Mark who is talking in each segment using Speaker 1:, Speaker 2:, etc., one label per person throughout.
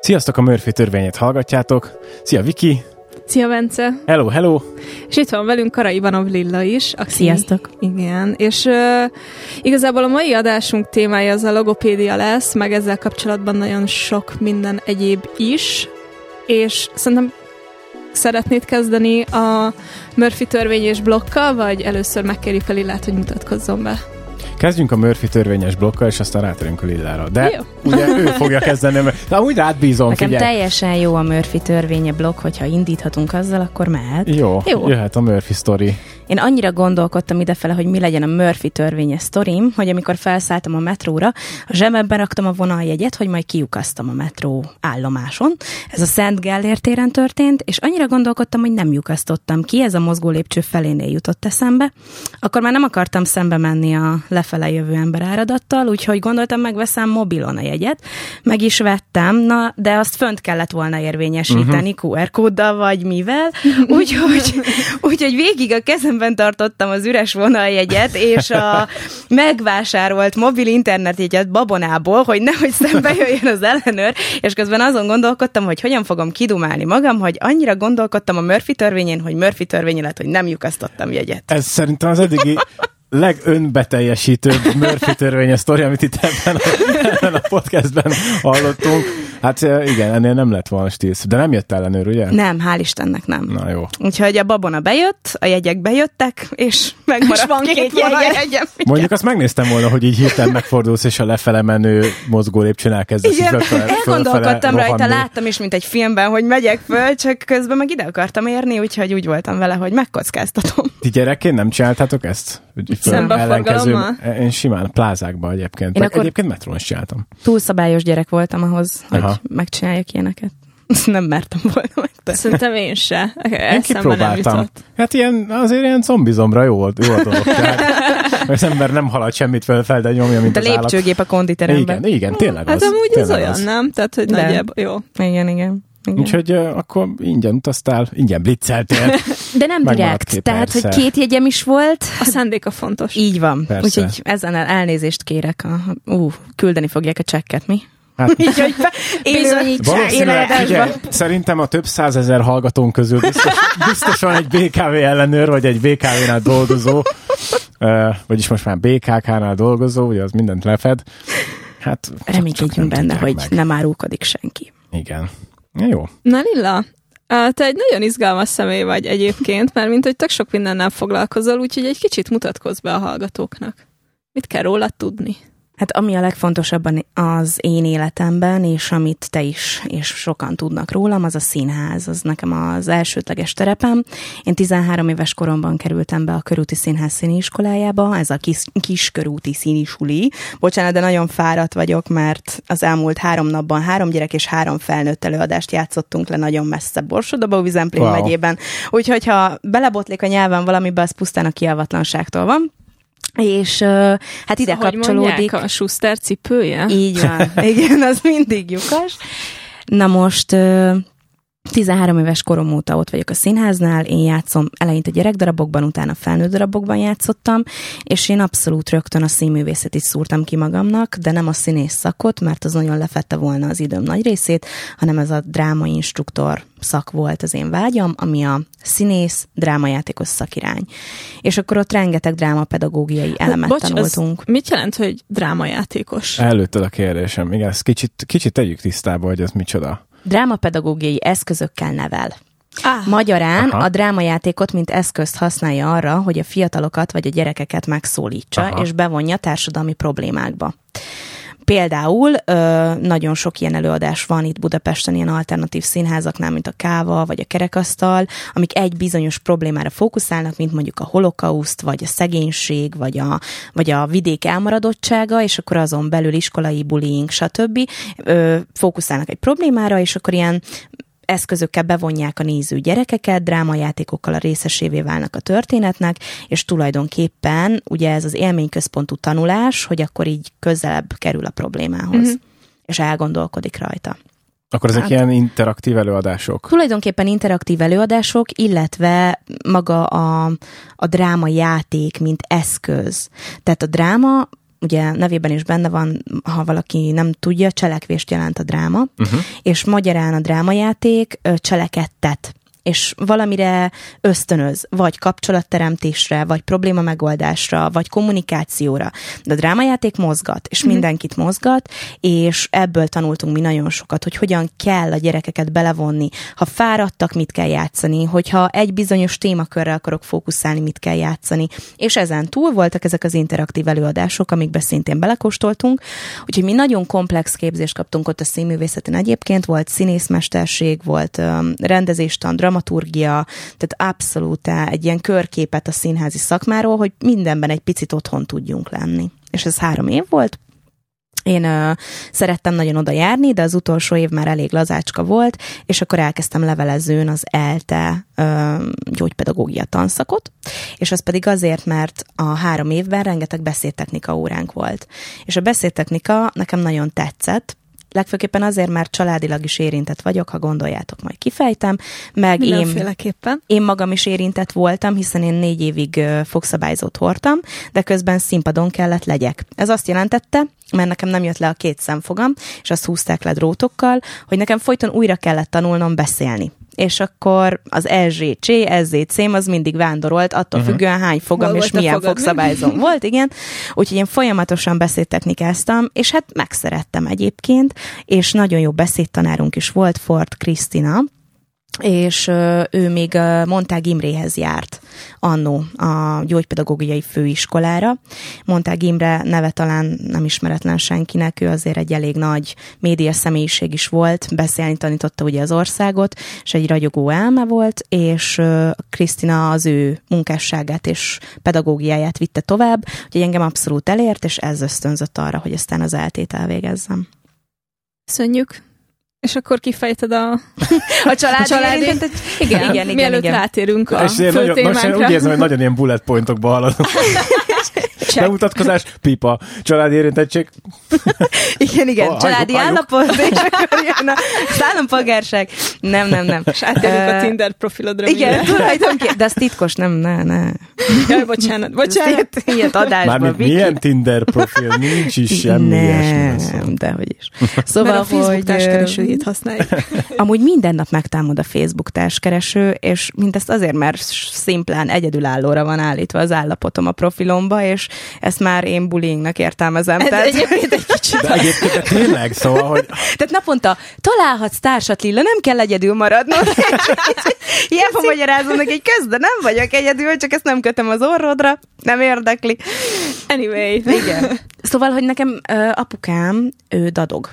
Speaker 1: Sziasztok, a Murphy törvényét hallgatjátok. Szia Viki!
Speaker 2: Szia Bence!
Speaker 1: Hello, hello!
Speaker 2: És itt van velünk Kara Ivanov Lilla is. Aki,
Speaker 3: sziasztok!
Speaker 2: Igen, és igazából a mai adásunk témája az a logopédia lesz, meg ezzel kapcsolatban nagyon sok minden egyéb is, és szerintem szeretnéd kezdeni a Murphy törvényes blokkal, vagy először megkérjük a Lillát, hogy mutatkozzon be?
Speaker 1: Kezdjünk a Murphy törvényes blokkal, és aztán rátérünk a Lillára. De
Speaker 2: jó.
Speaker 1: Ugye ő fogja kezdeni, de amúgy rád bízom,
Speaker 3: nekem
Speaker 1: figyelj.
Speaker 3: teljesen jó a Murphy törvénye blokk, hogyha indíthatunk azzal, akkor mehet.
Speaker 1: Jó, jöhet a Murphy sztori.
Speaker 3: Én annyira gondolkodtam idefele, hogy mi legyen a Murphy törvénye sztorim, hogy amikor felszálltam a metróra, a zsebemben raktam a vonaljegyet, hogy majd kiukasztam a metró állomáson. Ez a Szent Gellért téren történt, és annyira gondolkodtam, hogy nem lyukasztottam ki, ez a mozgó lépcső felénél jutott eszembe. Akkor már nem akartam szembe menni a lefele jövő ember áradattal, úgyhogy gondoltam, megveszem mobilon a jegyet. Meg is vettem, de azt fönt kellett volna érvényesíteni QR kóddal, vagy mivel. Úgyhogy végig a kezemben tartottam az üres vonaljegyet, és a megvásárolt mobil internetjegyet babonából, hogy nehogy szembe jöjjön az ellenőr, és közben azon gondolkodtam, hogy hogyan fogom kidumálni magam, hogy annyira gondolkodtam a Murphy törvényén, hogy Murphy törvény lett, hogy nem lyukasztottam jegyet.
Speaker 1: Ez szerintem az eddigi legönbeteljesítőbb Murphy törvényes sztori, amit itt ebben a podcastben hallottunk. Hát igen, ennél nem lett volna stílsz. De nem jött ellenőr, ugye?
Speaker 3: Nem, hál' Istennek nem.
Speaker 1: Na jó.
Speaker 3: Úgyhogy a babona bejött, a jegyek bejöttek, és megmaradt két jegyem.
Speaker 1: Mondjuk azt megnéztem volna, hogy így hirtelen megfordulsz, és a lefele menő mozgó lépcsőn elkezdesz.
Speaker 3: Igen, elgondolkodtam rajta, láttam is, mint egy filmben, hogy megyek föl, csak közben meg ide akartam érni, úgyhogy úgy voltam vele, hogy megkockáztatom.
Speaker 1: Ti gyerekként nem csináltátok ezt?
Speaker 2: Szembe a forgalommal?
Speaker 1: Én simán plázákban egyébként. Egyébként metrón is csináltam.
Speaker 3: Túlszabályos gyerek voltam ahhoz, hogy megcsináljak ilyeneket. Nem mertem volna megtenni.
Speaker 2: Szerintem én se.
Speaker 1: Én kipróbáltam. Hát azért ilyen zombizomra jó volt dolog. Az ember nem halad semmit fel, de nyomja, mint
Speaker 3: a lépcsőgép a konditeremben.
Speaker 1: Igen, tényleg az.
Speaker 2: Hát amúgy
Speaker 1: tényleg
Speaker 2: ez olyan, nem? Tehát, hogy nagyjából jó.
Speaker 3: Igen.
Speaker 1: Úgyhogy akkor ingyen utaztál, ingyen blitzeltél.
Speaker 3: De nem direkt, tehát, hogy 2 jegyem is volt.
Speaker 2: A szándéka fontos.
Speaker 3: Így van. Úgyhogy ezen elnézést kérek. Küldeni fogják a csekket, mi?
Speaker 1: Hát,
Speaker 3: így, hogy
Speaker 1: valószínűleg, szerintem a több 100 000 hallgatónk közül biztos van egy BKV ellenőr, vagy egy BKV-nál dolgozó, vagyis most már BKK-nál dolgozó, ugye az mindent lefed. Hát,
Speaker 3: reménykedjünk benne, hogy nem árulkodik senki.
Speaker 1: Igen. Ja, jó.
Speaker 2: Na Lilla, te egy nagyon izgalmas személy vagy egyébként, mert mint hogy tök sok mindennel foglalkozol, úgyhogy egy kicsit mutatkozz be a hallgatóknak. Mit kell róla tudni?
Speaker 3: Hát ami a legfontosabb az én életemben, és amit te is, és sokan tudnak rólam, az a színház. Az nekem az elsődleges terepem. Én 13 éves koromban kerültem be a Körúti Színház színiiskolájába, ez a Kiskörúti színisuli. Bocsánat, de nagyon fáradt vagyok, mert az elmúlt 3 napban 3 gyerek és 3 felnőtt előadást játszottunk le nagyon messze Borsod-Abaúj-Zemplén megyében. Úgyhogy ha belebotlik a nyelven valamibe, az pusztán a kialvatlanságtól van. És hát ide kapcsolódik...
Speaker 2: a Schuster cipője?
Speaker 3: Így van. Igen, az mindig lyukas. Na most 13 éves korom óta ott vagyok a színháznál, én játszom eleinte gyerekdarabokban, utána felnőtt darabokban játszottam, és én abszolút rögtön a színművészetit szúrtam ki magamnak, de nem a színész szakot, mert az nagyon lefette volna az időm nagy részét, hanem ez a drámainstruktor szak volt az én vágyam, ami a színész, drámajátékos szakirány. És akkor ott rengeteg drámapedagógiai elemet tanultunk.
Speaker 2: Mit jelent, hogy drámajátékos?
Speaker 1: Előtted a kérdésem. Igen, ezt kicsit tegyük tisztába, hogy ez micsoda.
Speaker 3: Drámapedagógiai eszközökkel nevel. Magyarán a drámajátékot mint eszközt használja arra, hogy a fiatalokat vagy a gyerekeket megszólítsa, és bevonja társadalmi problémákba. Például nagyon sok ilyen előadás van itt Budapesten, ilyen alternatív színházaknál, mint a Káva vagy a Kerekasztal, amik egy bizonyos problémára fókuszálnak, mint mondjuk a holokauszt, vagy a szegénység, vagy a vidék elmaradottsága, és akkor azon belül iskolai bullying, stb. Fókuszálnak egy problémára, és akkor ilyen eszközökkel bevonják a néző gyerekeket, drámajátékokkal a részesévé válnak a történetnek, és tulajdonképpen ugye ez az élményközpontú tanulás, hogy akkor így közelebb kerül a problémához, és elgondolkodik rajta.
Speaker 1: Akkor ezek ilyen interaktív előadások?
Speaker 3: Tulajdonképpen interaktív előadások, illetve maga a drámajáték, mint eszköz. Tehát a dráma ugye nevében is benne van, ha valaki nem tudja, cselekvést jelent a dráma, és magyarán a drámajáték cselekedtet, és valamire ösztönöz, vagy kapcsolatteremtésre, vagy probléma megoldásra, vagy kommunikációra. De a drámajáték mozgat, és mindenkit mozgat, és ebből tanultunk mi nagyon sokat, hogy hogyan kell a gyerekeket belevonni. Ha fáradtak, mit kell játszani, hogyha egy bizonyos témakörre akarok fókuszálni, mit kell játszani. És ezen túl voltak ezek az interaktív előadások, amikbe szintén belekóstoltunk. Úgyhogy mi nagyon komplex képzést kaptunk ott a színművészetén egyébként, volt színészmesterség, volt rendezéstan, dramaturgia, tehát abszolút egy ilyen körképet a színházi szakmáról, hogy mindenben egy picit otthon tudjunk lenni. És ez 3 év volt. Én szerettem nagyon oda járni, de az utolsó év már elég lazácska volt, és akkor elkezdtem levelezőn az ELTE gyógypedagógia tanszakot, és az pedig azért, mert a 3 évben rengeteg beszédtechnika óránk volt. És a beszédtechnika nekem nagyon tetszett, legfőképpen azért, mert családilag is érintett vagyok, ha gondoljátok, majd kifejtem, meg én magam is érintett voltam, hiszen én 4 évig fogszabályzót hordtam, de közben színpadon kellett legyek. Ez azt jelentette, mert nekem nem jött le a 2 szemfogam, és azt húzták le drótokkal, hogy nekem folyton újra kellett tanulnom beszélni. És akkor az SZC, SZC-m az mindig vándorolt, attól függően hány fogam és milyen fogszabályzom volt, igen. Úgyhogy én folyamatosan beszédtechnikáztam, és hát megszerettem egyébként, és nagyon jó beszédtanárunk is volt, Ford Krisztina, és ő még Montág Imréhez járt annó a gyógypedagógiai főiskolára. Montág Imre neve talán nem ismeretlen senkinek, ő azért egy elég nagy média személyiség is volt, beszélni tanította ugye az országot, és egy ragyogó elme volt, és Krisztina az ő munkásságát és pedagógiáját vitte tovább, úgyhogy engem abszolút elért, és ez ösztönzött arra, hogy aztán az ELTE-t elvégezzem.
Speaker 2: Köszönjük! És akkor kifejted a
Speaker 3: családi érintet? Igen,
Speaker 2: mielőtt rátérünk a fő témánkra.
Speaker 1: Most én úgy érzem, hogy nagyon ilyen bullet pointokba haladunk. Bemutatkozás, pipa, családi érintettség.
Speaker 3: Igen, családi állapot, és akkor jön az állampolgárság. Nem.
Speaker 2: És átérünk a Tinder profilodra.
Speaker 3: Igen, tulajdonképpen, de az titkos, nem.
Speaker 2: Jaj, bocsánat.
Speaker 3: Ilyet adásban.
Speaker 1: Mármint milyen Tinder profil? Nincs is semmi ilyesmi.
Speaker 3: Nem, dehogy is. Szóval,
Speaker 2: mert a Facebook társkeresőjét használjuk.
Speaker 3: Amúgy minden nap megtámad a Facebook társkereső, és mindezt azért, mert szimplán egyedülállóra van állítva az állapotom a profilomba, és ezt már én bullyingnak értelmezem.
Speaker 2: Egyébként egy kicsit.
Speaker 1: De egyébként tényleg, szóval, hogy...
Speaker 3: Tehát naponta találhatsz társat, Lilla, nem kell egyedül maradnod. Ilyenfa magyarázom neki, közben nem vagyok egyedül, csak ezt nem kötöm az orrodra, nem érdekli.
Speaker 2: Anyway.
Speaker 3: Igen. Szóval, hogy nekem apukám, ő dadog.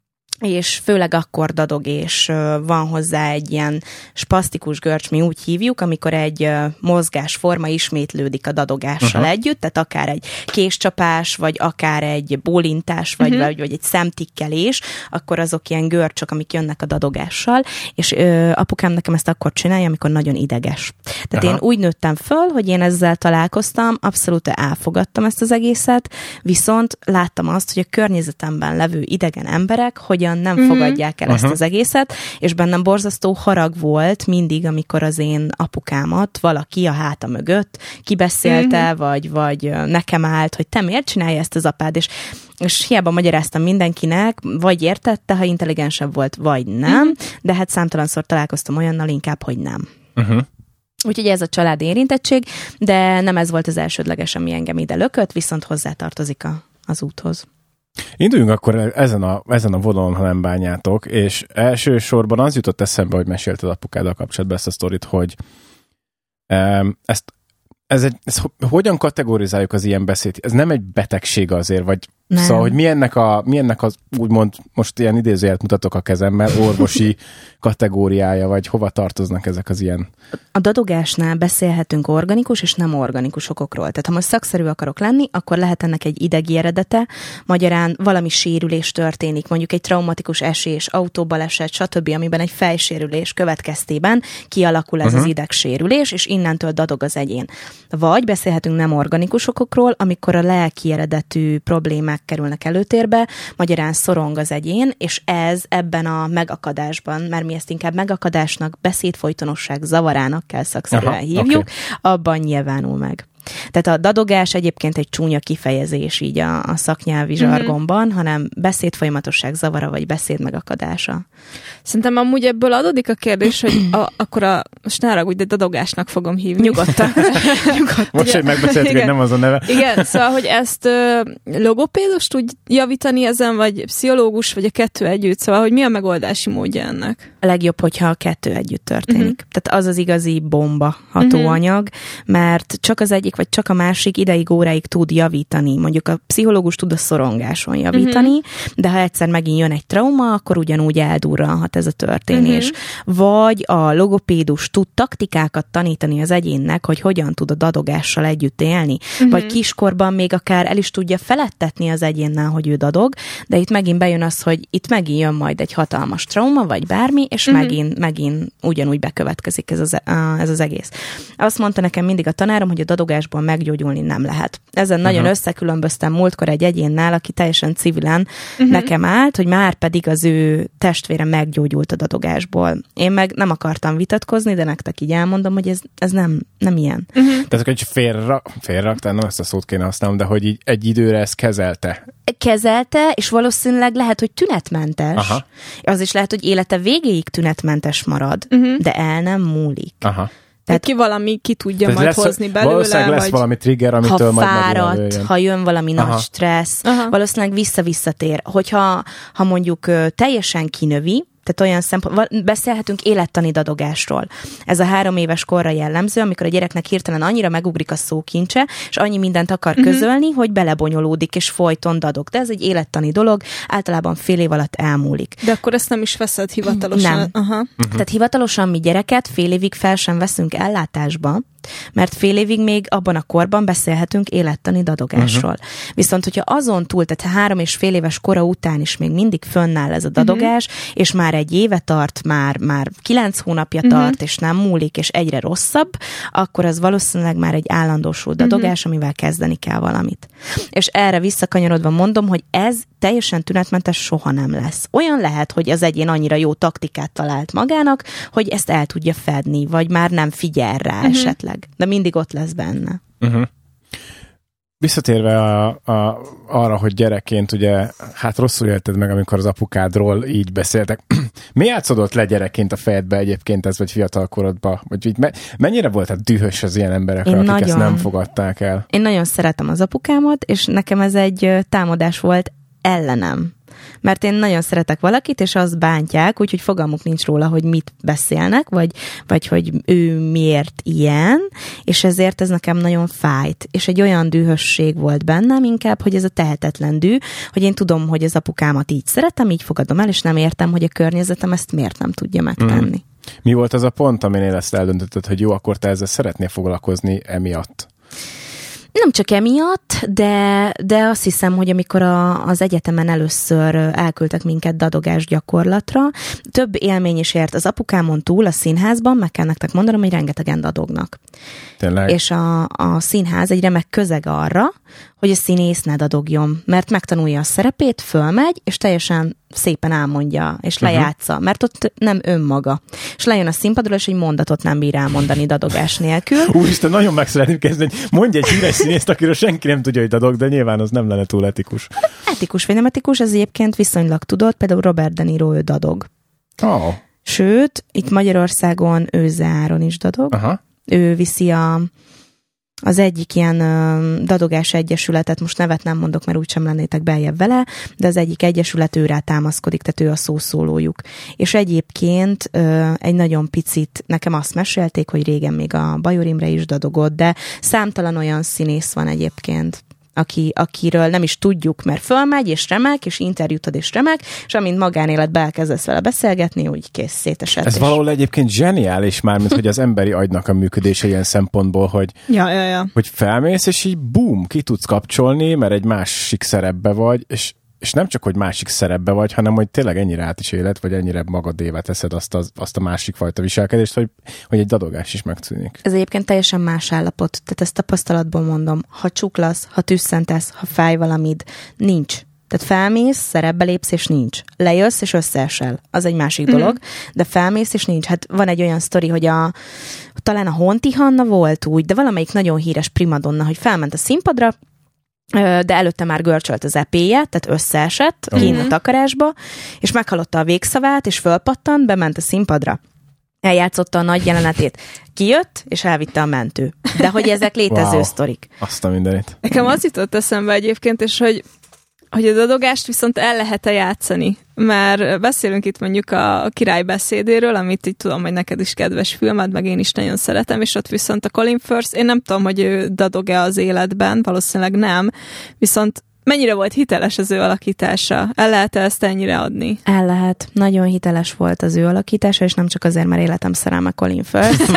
Speaker 3: És főleg akkor dadog, és van hozzá egy ilyen spasztikus görcs, mi úgy hívjuk, amikor egy mozgásforma ismétlődik a dadogással együtt, tehát akár egy késcsapás, vagy akár egy bólintás, vagy egy szemtikkelés, akkor azok ilyen görcsök, amik jönnek a dadogással, és apukám nekem ezt akkor csinálja, amikor nagyon ideges. Tehát én úgy nőttem föl, hogy én ezzel találkoztam, abszolút elfogadtam ezt az egészet, viszont láttam azt, hogy a környezetemben levő idegen emberek hogyan nem fogadják el ezt az egészet, és bennem borzasztó harag volt mindig, amikor az én apukámat valaki a háta mögött kibeszélte, vagy nekem állt, hogy te miért csinálja ezt az apád, és hiába magyaráztam mindenkinek, vagy értette, ha intelligensebb volt, vagy nem, de hát számtalanszor találkoztam olyannal inkább, hogy nem. Úgyhogy ez a családi érintettség, de nem ez volt az elsődleges, ami engem ide lökött, viszont hozzátartozik az úthoz.
Speaker 1: Induljunk akkor ezen a vonalon, ha nem bánjátok, és elsősorban az jutott eszembe, hogy mesélted apukáddal kapcsolatban ezt a sztorit, hogy ezt hogyan kategorizáljuk az ilyen beszéd? Ez nem egy betegség azért, vagy nem. Szóval, hogy mi ennek az úgymond, most ilyen idézőjelet mutatok a kezemmel, orvosi kategóriája, vagy hova tartoznak ezek az ilyen?
Speaker 3: A dadogásnál beszélhetünk organikus és nem organikus okokról. Tehát ha most szakszerű akarok lenni, akkor lehet ennek egy idegi eredete, magyarán valami sérülés történik, mondjuk egy traumatikus esés, autóbaleset, stb., amiben egy fejsérülés következtében kialakul ez az idegsérülés, és innentől dadog az egyén. Vagy beszélhetünk nem organikus okokról, amikor a lelki eredetű problémák kerülnek előtérbe, magyarán szorong az egyén, és ez ebben a megakadásban, mert mi ezt inkább megakadásnak, beszédfolytonosság zavarának kell szakszerűen hívjuk, abban nyilvánul meg. Tehát a dadogás egyébként egy csúnya kifejezés így a szaknyelvi zsargonban, hanem beszédfolyamatosság zavara, vagy beszédmegakadása.
Speaker 2: Szerintem amúgy ebből adódik a kérdés, hogy akkor most ne haragudj, de dadogásnak fogom hívni.
Speaker 3: Nyugodtan.
Speaker 1: Most, hogy megbeszéltük, hogy nem az a neve.
Speaker 2: Igen, szóval, hogy ezt logopédus tud javítani ezen, vagy pszichológus, vagy a kettő együtt, szóval, hogy mi a megoldási módja ennek?
Speaker 3: A legjobb, hogyha a kettő együtt történik. Tehát az igazi bomba hatóanyag, mert csak az egyik, vagy csak a másik ideig, óráig tud javítani. Mondjuk a pszichológus tud a szorongáson javítani, de ha egyszer megint jön egy trauma, akkor ugyanúgy eldurranhat ez a történés. Vagy a logopédus tud taktikákat tanítani az egyénnek, hogy hogyan tud a dadogással együtt élni. Vagy kiskorban még akár el is tudja feledtetni az egyénnel, hogy ő dadog, de itt megint bejön az, hogy itt megint jön majd egy hatalmas trauma, vagy bármi, és megint ugyanúgy bekövetkezik ez az egész. Azt mondta nekem mindig a tanárom, hogy a dadogásból meggyógyulni nem lehet. Ezen nagyon összekülönböztem múltkor egy egyénnel, aki teljesen civilen nekem állt, hogy már pedig az ő testvére meggyógyult a dadogásból. Én meg nem akartam vitatkozni, de nektek így elmondom, hogy ez nem ilyen.
Speaker 1: Tehát akkor egy félraktál, nem ezt a szót kéne használnom, de hogy így egy időre ezt kezelte.
Speaker 3: Kezelte, és valószínűleg lehet, hogy tünetmentes. Aha. Az is lehet, hogy élete végéig tünetmentes marad, de el nem múlik.
Speaker 1: Aha.
Speaker 2: Tehát ki tudja majd hozni belőle.
Speaker 1: Valószínűleg lesz valami trigger, amitől majd
Speaker 3: fáradt, ha jön valami nagy stressz, valószínűleg visszatér. Hogyha mondjuk teljesen kinövi, tehát olyan szempont, beszélhetünk élettani dadogásról. Ez a 3 éves korra jellemző, amikor a gyereknek hirtelen annyira megugrik a szókincse, és annyi mindent akar közölni, hogy belebonyolódik, és folyton dadog. De ez egy élettani dolog, általában fél év alatt elmúlik.
Speaker 2: De akkor ezt nem is veszed hivatalosan?
Speaker 3: Nem. Tehát hivatalosan mi gyereket fél évig fel sem veszünk ellátásba, mert fél évig még abban a korban beszélhetünk élettani dadogásról. Viszont, hogyha azon túl, tehát 3 és fél éves kora után is még mindig fönnáll ez a dadogás, és már 1 éve tart, már 9 hónapja tart, és nem múlik, és egyre rosszabb, akkor az valószínűleg már egy állandósult dadogás, amivel kezdeni kell valamit. És erre visszakanyarodva mondom, hogy ez teljesen tünetmentes soha nem lesz. Olyan lehet, hogy az egyén annyira jó taktikát talált magának, hogy ezt el tudja fedni, vagy már nem figyel rá esetleg. De mindig ott lesz benne.
Speaker 1: Visszatérve arra, hogy gyerekként ugye, hát rosszul élted meg, amikor az apukádról így beszéltek. Mi játszódott le gyerekként a fejedbe egyébként ez, vagy fiatal korodban? Vagy így mennyire voltál dühös az ilyen emberekkel, akik ezt nem fogadták el?
Speaker 3: Én nagyon szeretem az apukámat, és nekem ez egy támadás volt ellenem. Mert én nagyon szeretek valakit, és azt bántják, úgyhogy fogalmuk nincs róla, hogy mit beszélnek, vagy hogy ő miért ilyen, és ezért ez nekem nagyon fájt. És egy olyan dühösség volt bennem inkább, hogy ez a tehetetlen düh, hogy én tudom, hogy az apukámat így szeretem, így fogadom el, és nem értem, hogy a környezetem ezt miért nem tudja megtenni.
Speaker 1: Mi volt az a pont, aminél ezt eldöntötted, hogy jó, akkor te ezzel szeretnél foglalkozni emiatt?
Speaker 3: Nem csak emiatt, de azt hiszem, hogy amikor az egyetemen először elküldtek minket dadogás gyakorlatra, több élmény is ért az apukámon túl a színházban, meg kell nektek mondanom, hogy rengetegen dadognak.
Speaker 1: Tényleg?
Speaker 3: És a színház egy remek közeg arra, hogy a színész ne dadogjon, mert megtanulja a szerepét, fölmegy, és teljesen szépen elmondja, és lejátsza, mert ott nem önmaga. És lejön a színpadról, és egy mondatot nem bír elmondani dadogás nélkül.
Speaker 1: Úristen, nagyon meg szeretném kezdeni, hogy mondj egy híres színészt, akiről senki nem tudja, hogy dadog, de nyilván az nem lenne túl etikus. Etikus
Speaker 3: vagy nem etikus, ez egyébként viszonylag tudott, például Robert De Niro, ő dadog.
Speaker 1: Oh.
Speaker 3: Sőt, itt Magyarországon Őze Áron is dadog.
Speaker 1: Aha.
Speaker 3: Ő viszi az egyik ilyen dadogás egyesületet, most nevet nem mondok, mert úgysem lennétek beljebb vele, de az egyik egyesület őrá támaszkodik, tehát ő a szószólójuk. És egyébként egy nagyon picit, nekem azt mesélték, hogy régen még a Bajor Imre is dadogott, de számtalan olyan színész van egyébként, akiről nem is tudjuk, mert fölmegy, és remek, és interjút ad, és remek, és amint magánéletbe elkezdesz vele beszélgetni, úgy kész, szétesett.
Speaker 1: Ez valahol egyébként zseniális már, mint hogy az emberi agynak a működése ilyen szempontból, hogy, hogy felmész, és így bum, ki tudsz kapcsolni, mert egy másik szerepbe vagy, és nem csak, hogy másik szerepbe vagy, hanem, hogy tényleg ennyire át is élet, vagy ennyire magadévá teszed azt a másik fajta viselkedést, hogy egy dadogás is megszűnik.
Speaker 3: Ez egyébként teljesen más állapot. Tehát ezt tapasztalatból mondom. Ha csuklasz, ha tüsszentesz, ha fáj valamid, nincs Tehát felmész, szerepbe lépsz, és nincs. Lejössz, és összeesel. Az egy másik dolog. De felmész, és nincs. Hát van egy olyan sztori, hogy talán a Honti Hanna volt úgy, de valamelyik nagyon híres primadonna, hogy felment a színpadra, de előtte már görcsölt az epéje, tehát összeesett kint a takarásba, és meghallotta a végszavát, és fölpattant, bement a színpadra. Eljátszotta a nagy jelenetét. Kijött, és elvitte a mentő. De hogy ezek létező sztorik.
Speaker 1: Azt a mindenit.
Speaker 2: Nekem az jutott eszembe egyébként, és hogy a dadogást viszont el lehet-e játszani. Mert beszélünk itt mondjuk a Király beszédéről, amit így tudom, hogy neked is kedves filmed, meg én is nagyon szeretem, és ott viszont a Colin Firth, én nem tudom, hogy ő dadog-e az életben, valószínűleg nem, viszont mennyire volt hiteles az ő alakítása? El lehet-e ezt ennyire adni?
Speaker 3: El lehet. Nagyon hiteles volt az ő alakítása, és nem csak azért, mert életem szerelme Colin Firth,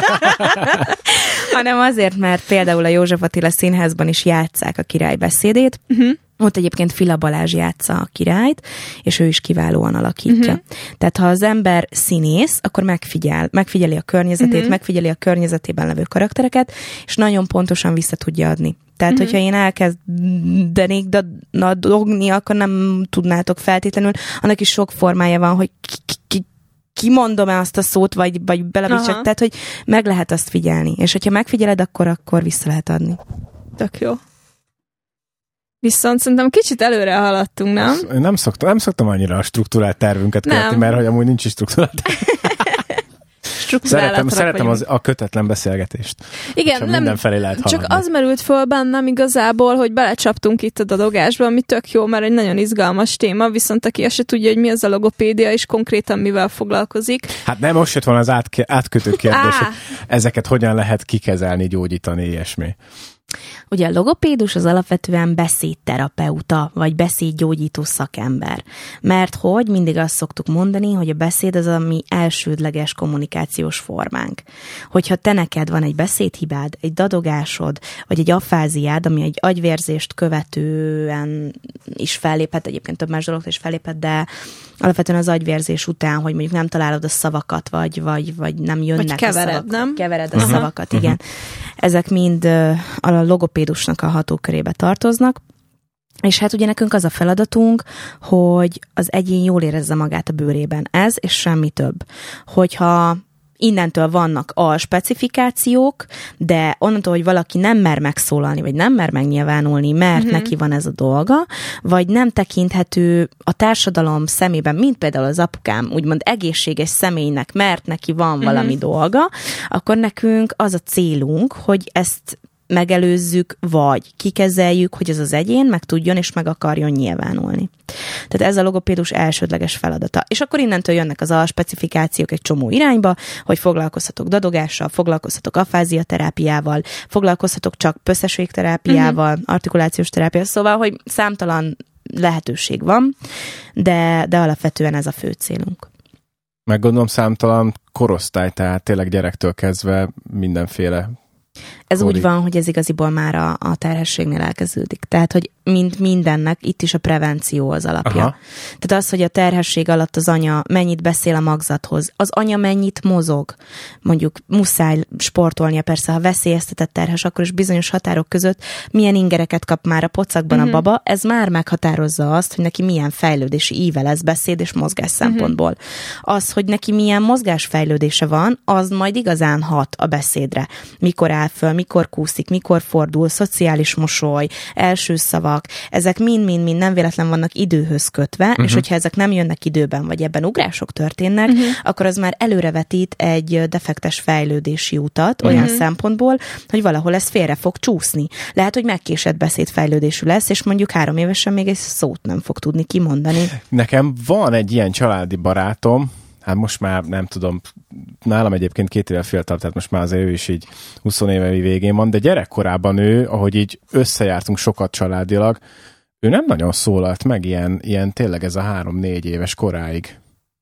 Speaker 3: hanem azért, mert például a József Attila Színházban is játsszák a Király beszédét. Ott egyébként Fila Balázs játsza a királyt, és ő is kiválóan alakítja. Tehát ha az ember színész, akkor megfigyeli a környezetét, megfigyeli a környezetében levő karaktereket, és nagyon pontosan vissza tudja adni. Tehát, hogyha én elkezdenék dadogni, akkor nem tudnátok feltétlenül. Annak is sok formája van, hogy kimondom-e azt a szót, vagy belevicsek. Tehát, hogy meg lehet azt figyelni. És hogyha megfigyeled, akkor vissza lehet adni.
Speaker 2: Tök jó. Viszont szerintem kicsit előre haladtunk, nem?
Speaker 1: Nem szoktam annyira a struktúrált tervünket követni, mert hogy amúgy nincs is struktúrált. Szeretem a kötetlen beszélgetést.
Speaker 2: Igen,
Speaker 1: mindenfelé lehet
Speaker 2: csak
Speaker 1: haladni.
Speaker 2: az merült föl bennem igazából, hogy belecsaptunk itt a dadogásba, ami tök jó, mert egy nagyon izgalmas téma, viszont aki azt se tudja, hogy mi az a logopédia, és konkrétan mivel foglalkozik.
Speaker 1: Hát nem, most jött volna az átkötő kérdés, hogy ezeket hogyan lehet kikezelni, gyógyítani, ilyesmi.
Speaker 3: Ugye a logopédus az alapvetően beszédterapeuta, vagy beszédgyógyító szakember. Mert hogy mindig azt szoktuk mondani, hogy a beszéd az a mi elsődleges kommunikációs formánk. Hogyha te neked van egy beszédhibád, egy dadogásod, vagy egy afáziád, ami egy agyvérzést követően is felléphet, egyébként több más dologtól is felléphet, de alapvetően az agyvérzés után, hogy mondjuk nem találod a szavakat, vagy nem jönnek
Speaker 2: vagy kevered,
Speaker 3: a szavak.
Speaker 2: nem?
Speaker 3: Kevered a szavakat, igen. Ezek mind a logopédusnak a hatókörébe tartoznak. És hát ugye nekünk az a feladatunk, hogy az egyén jól érezze magát a bőrében. Ez és semmi több. Hogyha innentől vannak a specifikációk, de onnantól, hogy valaki nem mer megszólalni, vagy nem mer megnyilvánulni, mert neki van ez a dolga, vagy nem tekinthető a társadalom szemében, mint például az apukám, úgymond egészséges személynek, mert neki van valami dolga, akkor nekünk az a célunk, hogy ezt megelőzzük, vagy kikezeljük, hogy az egyén meg tudjon és meg akarjon nyilvánulni. Tehát ez a logopédus elsődleges feladata. És akkor innentől jönnek az alspecifikációk egy csomó irányba, hogy foglalkozhatok dadogással, foglalkozhatok afáziaterápiával, foglalkozhatok csak pösszességterápiával, artikulációs terápiával, szóval, hogy számtalan lehetőség van, de alapvetően ez a fő célunk.
Speaker 1: Meg gondolom számtalan korosztály, tehát tényleg gyerektől kezdve mindenféle.
Speaker 3: Ez úgy van, hogy ez igaziból már a terhességnél elkezdődik. Tehát, hogy mint mindennek, itt is a prevenció az alapja.
Speaker 1: Aha.
Speaker 3: Tehát az, hogy a terhesség alatt az anya mennyit beszél a magzathoz, az anya mennyit mozog. Mondjuk muszáj sportolnia, persze, ha veszélyeztetett terhes, akkor is bizonyos határok között milyen ingereket kap már a pocakban a baba, ez már meghatározza azt, hogy neki milyen fejlődési íve lesz beszéd és mozgás szempontból. Az, hogy neki milyen mozgásfejlődése van, az majd igazán hat a beszédre. Mikor áll föl, mikor kúszik, mikor fordul, szociális mosoly, első szavak, ezek mind-mind nem véletlen vannak időhöz kötve, és hogyha ezek nem jönnek időben, vagy ebben ugrások történnek, akkor az már előrevetít egy defektes fejlődési utat olyan szempontból, hogy valahol ez félre fog csúszni. Lehet, hogy megkésett beszédfejlődésű lesz, és mondjuk 3 évesen még egy szót nem fog tudni kimondani.
Speaker 1: Nekem van egy ilyen családi barátom, hát most már nem tudom, nálam egyébként 2 évvel fiatal, tehát most már azért ő is így 20 évei végén van, de gyerekkorában ő, ahogy így összejártunk sokat családilag, ő nem nagyon szólalt meg ilyen tényleg ez a 3-4 éves koráig.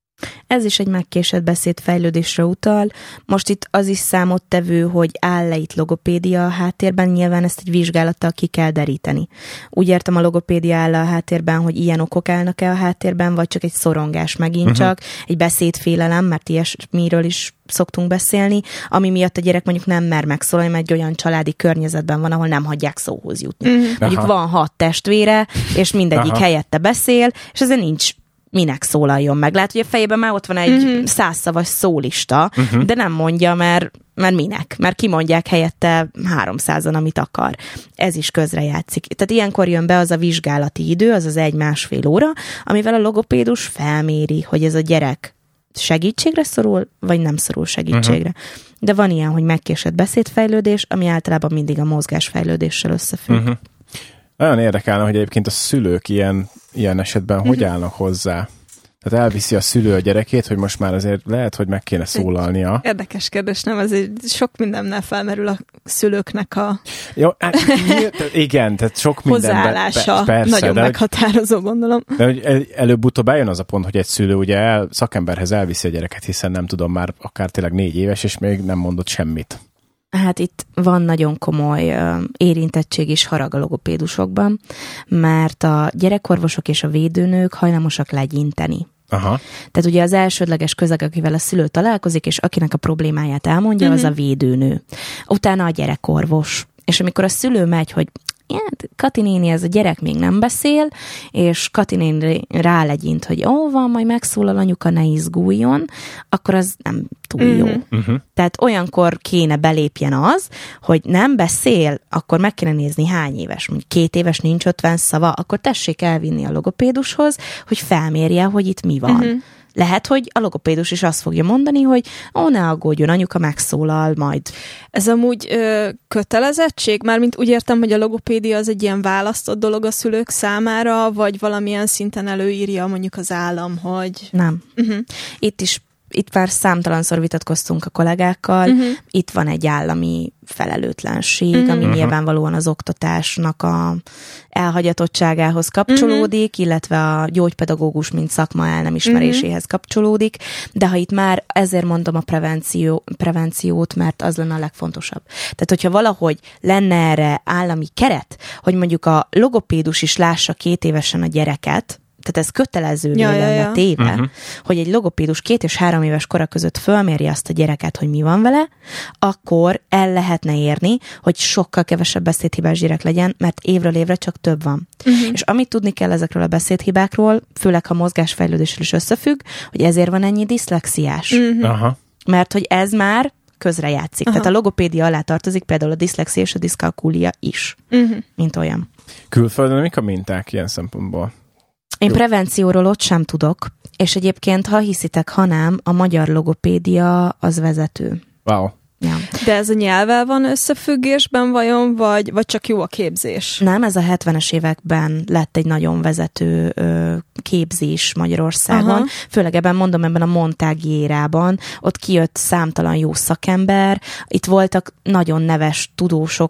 Speaker 3: Ez is egy megkésett beszédfejlődésre utal. Most itt az is számottevő, hogy áll-e itt logopédia a háttérben, nyilván ezt egy vizsgálattal ki kell deríteni. Úgy értem, a logopédia áll a háttérben, hogy ilyen okok állnak-e a háttérben, vagy csak egy szorongás megint csak, egy beszédfélelem, mert ilyesmiről is szoktunk beszélni, ami miatt a gyerek mondjuk nem mer megszólalni, mert egy olyan családi környezetben van, ahol nem hagyják szóhoz jutni. Mondjuk van 6 testvére, és mindegyik helyette beszél, és ezért nincs minek szólaljon meg. Lehet, hogy a fejében már ott van egy 100 szavas szólista, de nem mondja, mert minek? Mert kimondják helyette 300-an, amit akar. Ez is közrejátszik. Tehát ilyenkor jön be az a vizsgálati idő, az 1-1,5 óra, amivel a logopédus felméri, hogy ez a gyerek segítségre szorul, vagy nem szorul segítségre. De van ilyen, hogy megkésett beszédfejlődés, ami általában mindig a mozgásfejlődéssel összefügg.
Speaker 1: Nagyon érdekelne, hogy egyébként a szülők ilyen esetben hogy állnak hozzá. Tehát elviszi a szülő a gyerekét, hogy most már azért lehet, hogy meg kéne szólalnia.
Speaker 2: Érdekes kérdés, nem? Ez sok mindennel felmerül a szülőknek a
Speaker 1: jó, igen, tehát sok mindenben.
Speaker 2: Hozzáállása
Speaker 1: persze,
Speaker 2: nagyon meghatározó, gondolom.
Speaker 1: De hogy előbb-utóbb eljön az a pont, hogy egy szülő ugye szakemberhez elviszi a gyereket, hiszen nem tudom, már akár tényleg 4 éves, és még nem mondott semmit.
Speaker 3: Hát itt van nagyon komoly érintettség és harag a logopédusokban, mert a gyerekorvosok és a védőnők hajlamosak legyinteni.
Speaker 1: Aha.
Speaker 3: Tehát ugye az elsődleges közeg, akivel a szülő találkozik, és akinek a problémáját elmondja, az a védőnő. Utána a gyerekorvos. És amikor a szülő megy, hogy Kati néni, ez a gyerek még nem beszél, és Kati néni rálegyint, hogy van, majd megszólal anyuka, ne izguljon, akkor az nem túl jó. Tehát olyankor kéne belépjen az, hogy nem beszél, akkor meg kéne nézni hány éves, mondjuk 2 éves, nincs 50 szava, akkor tessék elvinni a logopédushoz, hogy felmérje, hogy itt mi van. Lehet, hogy a logopédus is azt fogja mondani, hogy ne aggódjon, anyuka megszólal majd.
Speaker 2: Ez amúgy kötelezettség? Mármint úgy értem, hogy a logopédia az egy ilyen választott dolog a szülők számára, vagy valamilyen szinten előírja mondjuk az állam, hogy...
Speaker 3: Nem. Itt már számtalanszor vitatkoztunk a kollégákkal, itt van egy állami felelőtlenség, ami nyilvánvalóan az oktatásnak a elhagyatottságához kapcsolódik, illetve a gyógypedagógus, mint szakma el nem ismeréséhez kapcsolódik, de ha itt már ezért mondom a prevenciót, mert az lenne a legfontosabb. Tehát, hogyha valahogy lenne erre állami keret, hogy mondjuk a logopédus is lássa 2 évesen a gyereket, tehát ez kötelezővé lenne téve, hogy egy logopédus 2 és 3 éves kora között fölméri azt a gyereket, hogy mi van vele, akkor el lehetne érni, hogy sokkal kevesebb beszédhibás gyerek legyen, mert évről évre csak több van. És amit tudni kell ezekről a beszédhibákról, főleg ha mozgásfejlődéssel is összefügg, hogy ezért van ennyi diszlexiás. Mert hogy ez már közrejátszik. Tehát a logopédia alá tartozik például a diszlexia és a diszkalkúlia is, mint olyan.
Speaker 1: Külföldön mik a minták ilyen szempontból?
Speaker 3: Én prevencióról ott sem tudok, és egyébként, ha hiszitek, ha nem, a magyar logopédia az vezető.
Speaker 1: Wow.
Speaker 3: Ja.
Speaker 2: De ez a nyelvvel van összefüggésben vajon, vagy csak jó a képzés?
Speaker 3: Nem, ez a 70-es években lett egy nagyon vezető képzés Magyarországon. Főleg ebben a Montági érában. Ott kijött számtalan jó szakember. Itt voltak nagyon neves tudósok,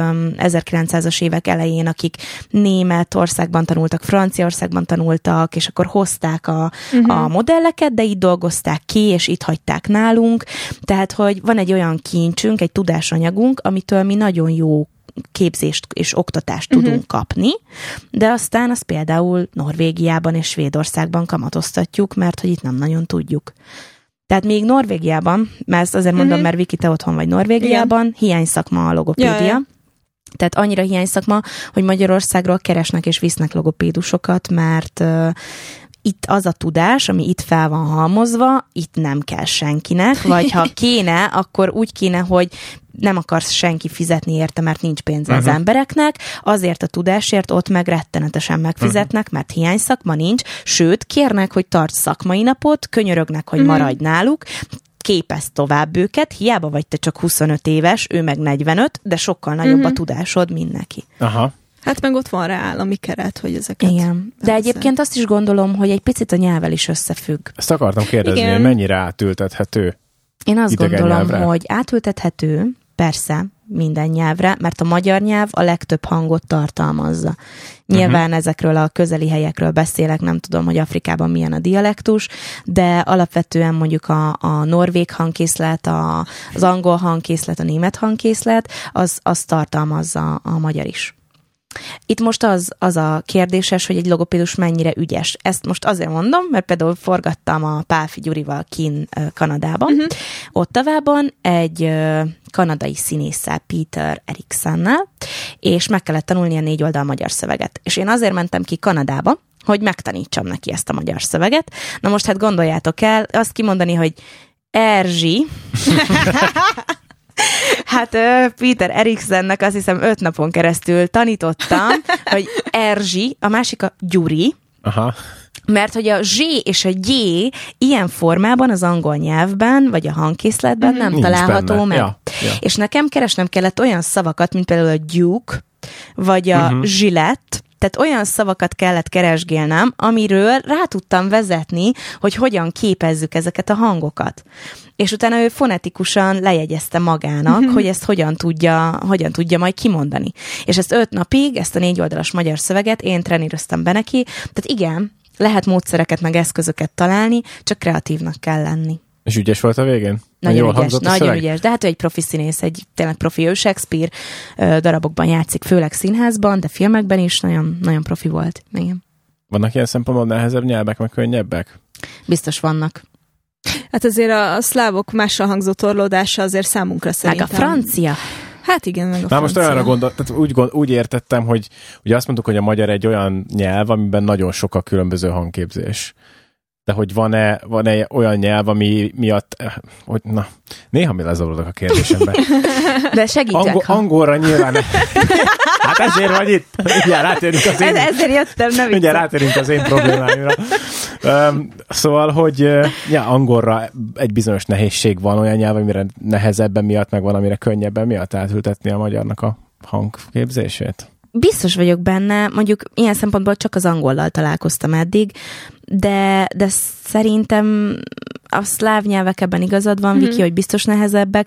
Speaker 3: 1900-as évek elején, akik Németországban tanultak, Franciaországban tanultak, és akkor hozták a modelleket, de itt dolgozták ki, és itt hagyták nálunk. Tehát, hogy van egy olyan kincsünk, egy tudásanyagunk, amitől mi nagyon jó képzést és oktatást tudunk kapni, de aztán azt például Norvégiában és Svédországban kamatoztatjuk, mert hogy itt nem nagyon tudjuk. Tehát még Norvégiában, mert ezt azért mondom, mert Viki, te otthon vagy Norvégiában, hiányszakma a logopédia. Tehát annyira hiányszakma, hogy Magyarországról keresnek és visznek logopédusokat, mert itt az a tudás, ami itt fel van halmozva, itt nem kell senkinek, vagy ha kéne, akkor úgy kéne, hogy nem akarsz senki fizetni érte, mert nincs pénze az embereknek, azért a tudásért ott meg rettenetesen megfizetnek, mert hiányszakma nincs, sőt, kérnek, hogy tarts szakmai napot, könyörögnek, hogy maradj náluk, képezd tovább őket, hiába vagy te csak 25 éves, ő meg 45, de sokkal nagyobb a tudásod, mint neki.
Speaker 2: Hát meg ott van rá állami keret, hogy ezeket...
Speaker 3: Igen. De egyébként azt is gondolom, hogy egy picit a nyelvvel is összefügg.
Speaker 1: Ezt akartam kérdezni, hogy mennyire átültethető?
Speaker 3: Én azt gondolom, hogy átültethető, persze, minden nyelvre, mert a magyar nyelv a legtöbb hangot tartalmazza. Nyilván ezekről a közeli helyekről beszélek, nem tudom, hogy Afrikában milyen a dialektus, de alapvetően mondjuk a norvég hangkészlet, az angol hangkészlet, a német hangkészlet, az tartalmazza a magyar is. Itt most az a kérdéses, hogy egy logopédus mennyire ügyes. Ezt most azért mondom, mert például forgattam a Pálfi Gyurival Kanadában, Ottawában egy kanadai színésszel, Peter Eriksonnel, és meg kellett tanulni a 4 oldal magyar szöveget. És én azért mentem ki Kanadába, hogy megtanítsam neki ezt a magyar szöveget. Na most hát gondoljátok el, azt kimondani, hogy Erzsi, hát Peter Eriksonnek azt hiszem 5 napon keresztül tanítottam, hogy Erzsi, a másik a Gyuri, mert hogy a Z és a G ilyen formában az angol nyelvben, vagy a hangkészletben nem nincs található benne. Meg. Ja. És nekem keresnem kellett olyan szavakat, mint például a Duke, vagy a Gillette, tehát olyan szavakat kellett keresgélnem, amiről rá tudtam vezetni, hogy hogyan képezzük ezeket a hangokat. És utána ő fonetikusan lejegyezte magának, hogy ezt hogyan tudja majd kimondani. És ezt 5 napig, ezt a 4 oldalas magyar szöveget én treníroztam be neki. Tehát igen, lehet módszereket meg eszközöket találni, csak kreatívnak kell lenni.
Speaker 1: És ügyes volt a végén?
Speaker 3: Nagyon ügyes, de hát ő egy profi színész, egy tényleg profi, ő Shakespeare darabokban játszik, főleg színházban, de filmekben is nagyon, nagyon profi volt. Igen.
Speaker 1: Vannak ilyen szempontból nehezebb nyelvek, meg könnyebbek?
Speaker 3: Biztos vannak.
Speaker 2: Hát azért a szlávok mással hangzó torlódása azért számunkra szerintem.
Speaker 3: Meg a francia.
Speaker 2: Hát igen, meg a francia.
Speaker 1: Most olyanra tehát úgy értettem, hogy ugye azt mondtuk, hogy a magyar egy olyan nyelv, amiben nagyon sok a különböző hangképzés. De hogy van-e olyan nyelv, ami miatt, hogy na, néha mi lezavarodok a kérdésemben.
Speaker 3: De segítsek.
Speaker 1: Angolra nyilván. Hát ezért vagy itt. Ugye rátérünk az én...
Speaker 3: Ezért jöttem, nem
Speaker 1: ugye rátérünk az én problémáimra. Szóval, hogy angolra egy bizonyos nehézség van, olyan nyelv, amire nehezebben miatt, meg van, amire könnyebben miatt átültetni a magyarnak a hangképzését.
Speaker 3: Biztos vagyok benne, mondjuk ilyen szempontból csak az angollal találkoztam eddig, de szerintem a szláv nyelvek ebben igazad van, Viki, hogy biztos nehezebbek,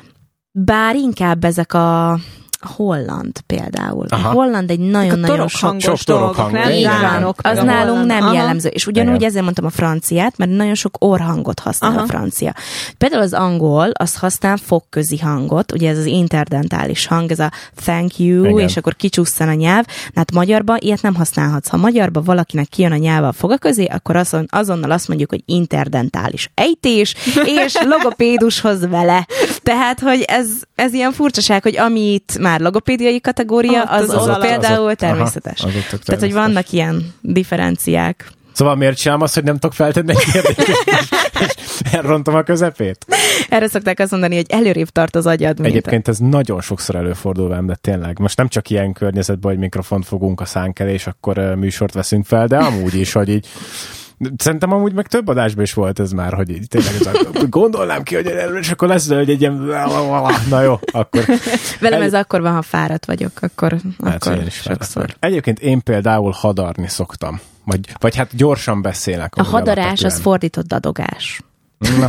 Speaker 3: bár inkább ezek a holland például. A holland egy nagyon-nagyon
Speaker 2: sok dolgok, nem?
Speaker 3: Az nálunk nem jellemző. És ugyanúgy ezért mondtam a franciát, mert nagyon sok orrhangot használ a francia. Például az angol, az használ fogközi hangot, ugye ez az interdentális hang, ez a thank you, igen. És akkor kicsúszszan a nyelv. Hát magyarban ilyet nem használhatsz. Ha magyarban valakinek kijön a nyelv a foga közé, akkor azonnal azt mondjuk, hogy interdentális ejtés, és logopédushoz vele. Tehát, hogy ez ilyen furcsaság, hogy amit már logopédiai kategória, az például természetes. Tehát, hogy vannak ilyen differenciák.
Speaker 1: Szóval miért csinálom azt, hogy nem tudok feltenni egy kérdést, és elrontom a közepét?
Speaker 3: Erre szokták azt mondani, hogy előrébb tart az agyad.
Speaker 1: Egyébként ez nagyon sokszor előfordul velem, de tényleg. Most nem csak ilyen környezetben, hogy mikrofont fogunk a szánk elé, és akkor műsort veszünk fel, de amúgy is, hogy így szerintem amúgy meg több adásban is volt ez már, hogy így tényleg gondolnám ki, hogy és akkor lesz, hogy egy ilyen na jó, akkor...
Speaker 3: Velem ez akkor van, ha fáradt vagyok, akkor sokszor.
Speaker 1: Egyébként én például hadarni szoktam. Vagy hát gyorsan beszélek.
Speaker 3: A hadarás az fordított dadogás.
Speaker 1: Na.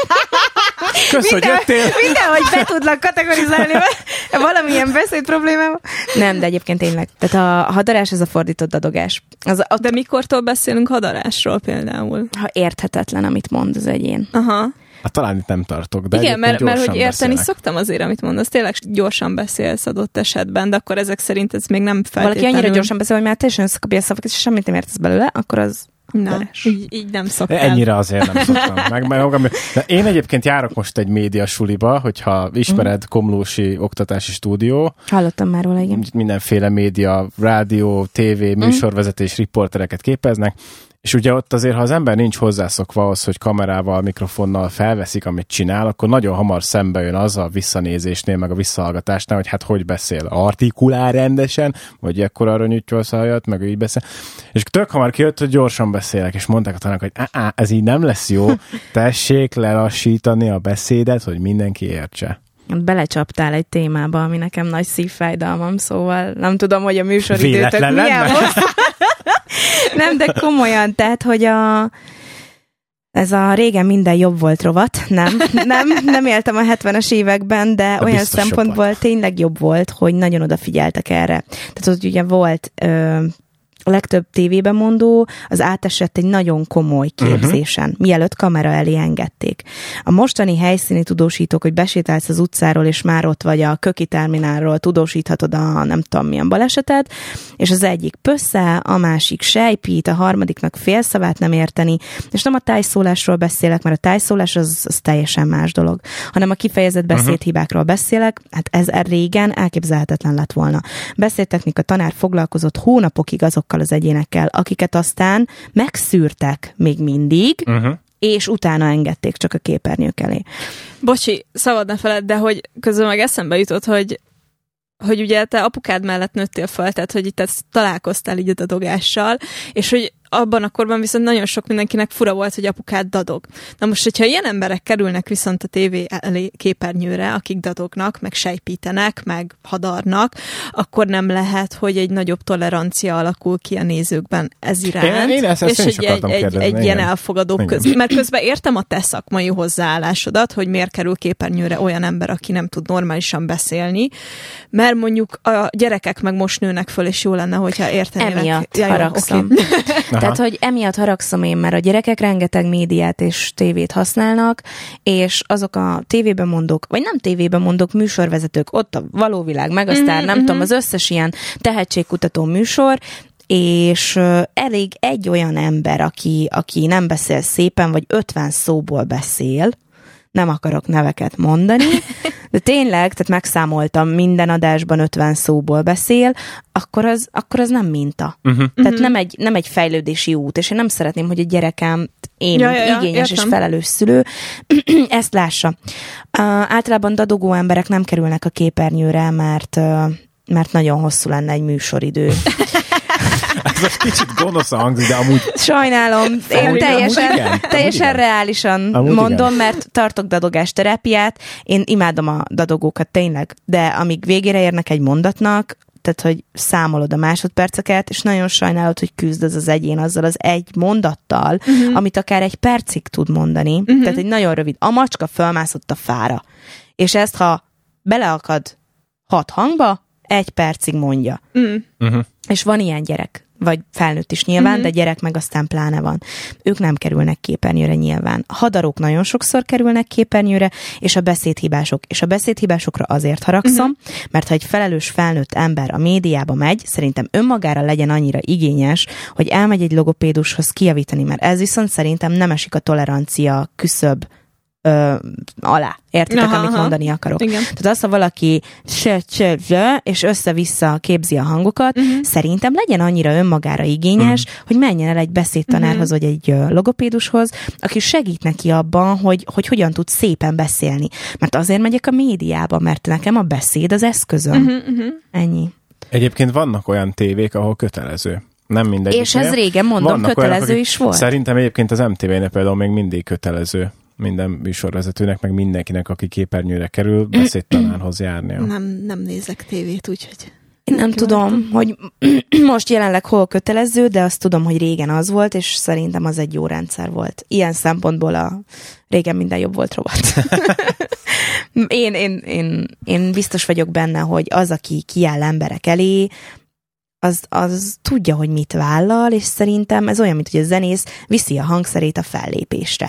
Speaker 1: Kösz, hogy jöttél.
Speaker 3: Mindenhogy be tudlak kategorizálni valamilyen beszéd problémával. Nem, de egyébként tényleg. Tehát a hadarás az a fordított dadogás.
Speaker 2: De mikortól beszélünk hadarásról például?
Speaker 3: Ha érthetetlen, amit mond az egyén.
Speaker 2: Aha.
Speaker 1: Hát talán itt nem tartok, de
Speaker 2: igen, mert hogy érteni szoktam azért, amit mondasz. Tényleg gyorsan beszélsz adott esetben, de akkor ezek szerint ez még nem feltétlenül...
Speaker 3: Valaki annyira gyorsan beszél, hogy már teljesen összekapja a szavakat, és semmit nem értesz belőle, akkor az...
Speaker 2: Na, így nem szoktam.
Speaker 1: Ennyire azért nem szoktam. De én egyébként járok most egy média suliba, hogyha ismered, Komlósi Oktatási Stúdió.
Speaker 3: Hallottam már róla, igen.
Speaker 1: Mindenféle média, rádió, tévé, műsorvezetés, riportereket képeznek, és ugye ott azért, ha az ember nincs hozzászokva ahhoz, hogy kamerával, mikrofonnal felveszik, amit csinál, akkor nagyon hamar szembe jön az a visszanézésnél, meg a visszahallgatásnál, hogy hát hogy beszél. Artikulál rendesen, vagy ekkor arra nyújtjolsz a hajat, meg így beszél. És tök hamar kijött, hogy gyorsan beszélek, és mondták a tanárok, hogy ez így nem lesz jó, tessék lelassítani a beszédet, hogy mindenki értse.
Speaker 3: Belecsaptál egy témába, ami nekem nagy szívfájdalmam, szóval nem tudom, hogy a műsoridőtök milyen volt. Nem, de komolyan, tehát, hogy Ez a régen minden jobb volt rovat. Nem éltem a 70-es években, de olyan szempontból tényleg jobb volt, hogy nagyon odafigyeltek erre. Tehát ott ugye volt a legtöbb tévében mondó, az átesett egy nagyon komoly képzésen, mielőtt kamera elé engedték. A mostani helyszíni tudósítók, hogy besétálsz az utcáról, és már ott vagy a köki terminálról, tudósíthatod a nem tudom milyen balesetet, és az egyik pössze, a másik sejpít, a harmadiknak félszavát nem érteni, és nem a tájszólásról beszélek, mert a tájszólás az teljesen más dolog, hanem a kifejezett beszédhibákról beszélek, hát ez régen elképzelhetetlen lett volna. Beszédtechnika tanár foglalkozott hónapokig azokkal az egyénekkel, akiket aztán megszűrtek még mindig, és utána engedték csak a képernyők elé.
Speaker 2: Bocsi, szabad ne feled, de hogy közben meg eszembe jutott, hogy ugye te apukád mellett nőttél fel, tehát hogy itt találkoztál így a dadogással, és hogy abban a korban viszont nagyon sok mindenkinek fura volt, hogy apukád dadog. Na most, hogyha ilyen emberek kerülnek viszont a tévé elé képernyőre, akik dadognak, meg sejpítenek, meg hadarnak, akkor nem lehet, hogy egy nagyobb tolerancia alakul ki a nézőkben ez iránt,
Speaker 1: én ezt
Speaker 2: és
Speaker 1: egy
Speaker 2: ilyen elfogadóbb közben. Mert közben értem a te szakmai hozzáállásodat, hogy miért kerül képernyőre olyan ember, aki nem tud normálisan beszélni, mert mondjuk a gyerekek meg most nőnek föl, és jó lenne, hogyha értenének.
Speaker 3: Emiatt haragszom. Tehát, hogy emiatt haragszom én, mert a gyerekek rengeteg médiát és tévét használnak, és azok a tévében mondók, vagy nem tévében mondók műsorvezetők, ott a Való Világ, Megasztár, nem tudom, az összes ilyen tehetségkutató műsor, és elég egy olyan ember, aki nem beszél szépen, vagy 50 szóból beszél, nem akarok neveket mondani, de tényleg, tehát megszámoltam, minden adásban 50 szóból beszél, akkor az nem minta. Tehát nem egy fejlődési út, és én nem szeretném, hogy a gyerekem, én, igényes és felelős szülő, ezt lássa. Általában dadogó emberek nem kerülnek a képernyőre, mert nagyon hosszú lenne egy műsoridő.
Speaker 1: Ez most kicsit gonoszan hangzik, de amúgy...
Speaker 3: Sajnálom, én teljesen reálisan mondom, mert tartok dadogás terápiát, én imádom a dadogókat tényleg, de amíg végére érnek egy mondatnak, tehát, hogy számolod a másodperceket, és nagyon sajnálod, hogy küzd az egyén azzal az egy mondattal, amit akár egy percig tud mondani. Tehát egy nagyon rövid, a macska fölmászott a fára. És ezt, ha beleakad 6 hangba, 1 percig mondja. És van ilyen gyerek, vagy felnőtt is nyilván, de gyerek meg aztán pláne van. Ők nem kerülnek képernyőre nyilván. A hadarok nagyon sokszor kerülnek képernyőre, és a beszédhibások. És a beszédhibásokra azért haragszom, mert ha egy felelős felnőtt ember a médiába megy, szerintem önmagára legyen annyira igényes, hogy elmegy egy logopédushoz kijavítani, mert ez viszont szerintem nem esik a tolerancia küszöb alá. Értitek, amit mondani akarok?
Speaker 2: Igen.
Speaker 3: Tehát az, ha valaki és össze-vissza képzi a hangokat, szerintem legyen annyira önmagára igényes, hogy menjen el egy beszédtanárhoz, vagy egy logopédushoz, aki segít neki abban, hogy hogyan tud szépen beszélni. Mert azért megyek a médiába, mert nekem a beszéd az eszközöm. Ennyi.
Speaker 1: Egyébként vannak olyan tévék, ahol kötelező. Nem mindegy.
Speaker 3: És ez régen mondom, vannak kötelező olyanok, is volt.
Speaker 1: Szerintem egyébként az MTV-nél például még mindig kötelező minden műsorvezetőnek, meg mindenkinek, aki képernyőre kerül, beszédtanárhoz járnia.
Speaker 2: Nem nézek tévét, úgyhogy...
Speaker 3: Én nem tudom, hogy most jelenleg hol kötelező, de azt tudom, hogy régen az volt, és szerintem az egy jó rendszer volt. Ilyen szempontból a régen minden jobb volt rovat. Én biztos vagyok benne, hogy az, aki kiáll emberek elé, az tudja, hogy mit vállal, és szerintem ez olyan, mint hogy a zenész viszi a hangszerét a fellépésre.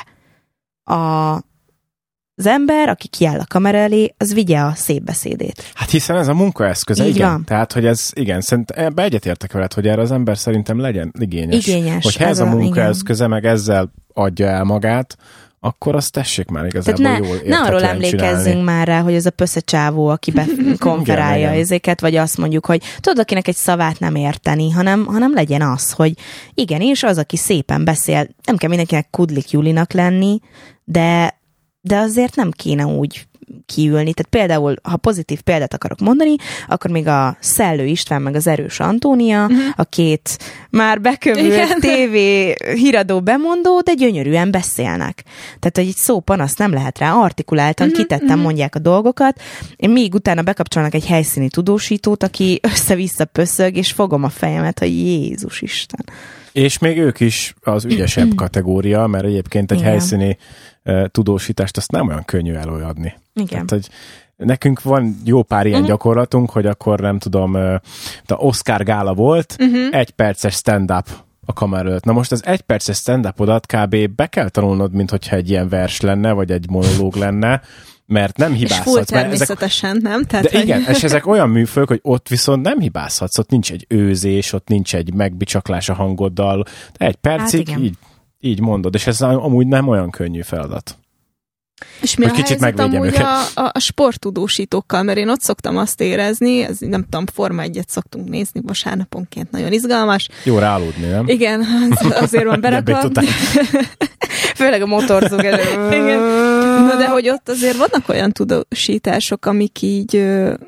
Speaker 3: Az ember, aki kiáll a kamera elé, az vigye a szép beszédét.
Speaker 1: Hát hiszen ez a munkaeszköze,
Speaker 3: így
Speaker 1: igen.
Speaker 3: Van.
Speaker 1: Tehát, hogy ez, igen, ebbe egyetértek veled, hogy erre az ember szerintem legyen igényes. Hogyha ez a munkaeszköze, igen, meg ezzel adja el magát, akkor azt tessék már igazából jól érthetően
Speaker 3: ne arról emlékezzünk már rá, hogy ez a pösszecsávó, aki konferálja ezeket, vagy azt mondjuk, hogy tudod, akinek egy szavát nem érteni, hanem legyen az, hogy igenis, az, aki szépen beszél, nem kell mindenkinek Kudlik Julinak lenni, de azért nem kéne úgy kiülni. Tehát például, ha pozitív példát akarok mondani, akkor még a Szellő István meg az Erős Antónia, a két már bekövült TV híradó bemondó, de gyönyörűen beszélnek. Tehát, hogy egy szó panasz nem lehet rá, artikuláltan, kitettem mondják a dolgokat, én még utána bekapcsolnak egy helyszíni tudósítót, aki össze-vissza pöszög, és fogom a fejemet, hogy Jézus Isten.
Speaker 1: És még ők is az ügyesebb kategória, mert egyébként egy helyszíni tudósítást azt nem olyan könnyű előadni.
Speaker 3: Igen.
Speaker 1: Tehát, hogy nekünk van jó pár ilyen gyakorlatunk, hogy akkor nem tudom, a Oscar gála volt, 1 perces stand-up a kamera előtt. Na most az 1 perces stand-upodat kb. Be kell tanulnod, mint hogyha egy ilyen vers lenne, vagy egy monológ lenne, mert nem hibázhatsz. És
Speaker 2: full természetesen, nem? Tehát,
Speaker 1: de igen, és ezek olyan műfajok, hogy ott viszont nem hibázhatsz, ott nincs egy őzés, ott nincs egy megbicsaklás a hangoddal, de 1 percig így mondod, és ez amúgy nem olyan könnyű feladat.
Speaker 2: És mi a helyzet amúgy a sporttudósítókkal, mert én ott szoktam azt érezni, ez nem tudom, Forma 1-et szoktunk nézni vasárnaponként, nagyon izgalmas.
Speaker 1: Jó ráaludni, nem?
Speaker 2: Igen, azért van berakva.
Speaker 3: Főleg a motorzók elő.
Speaker 2: Igen. Na de hogy ott azért vannak olyan tudósítások, amik így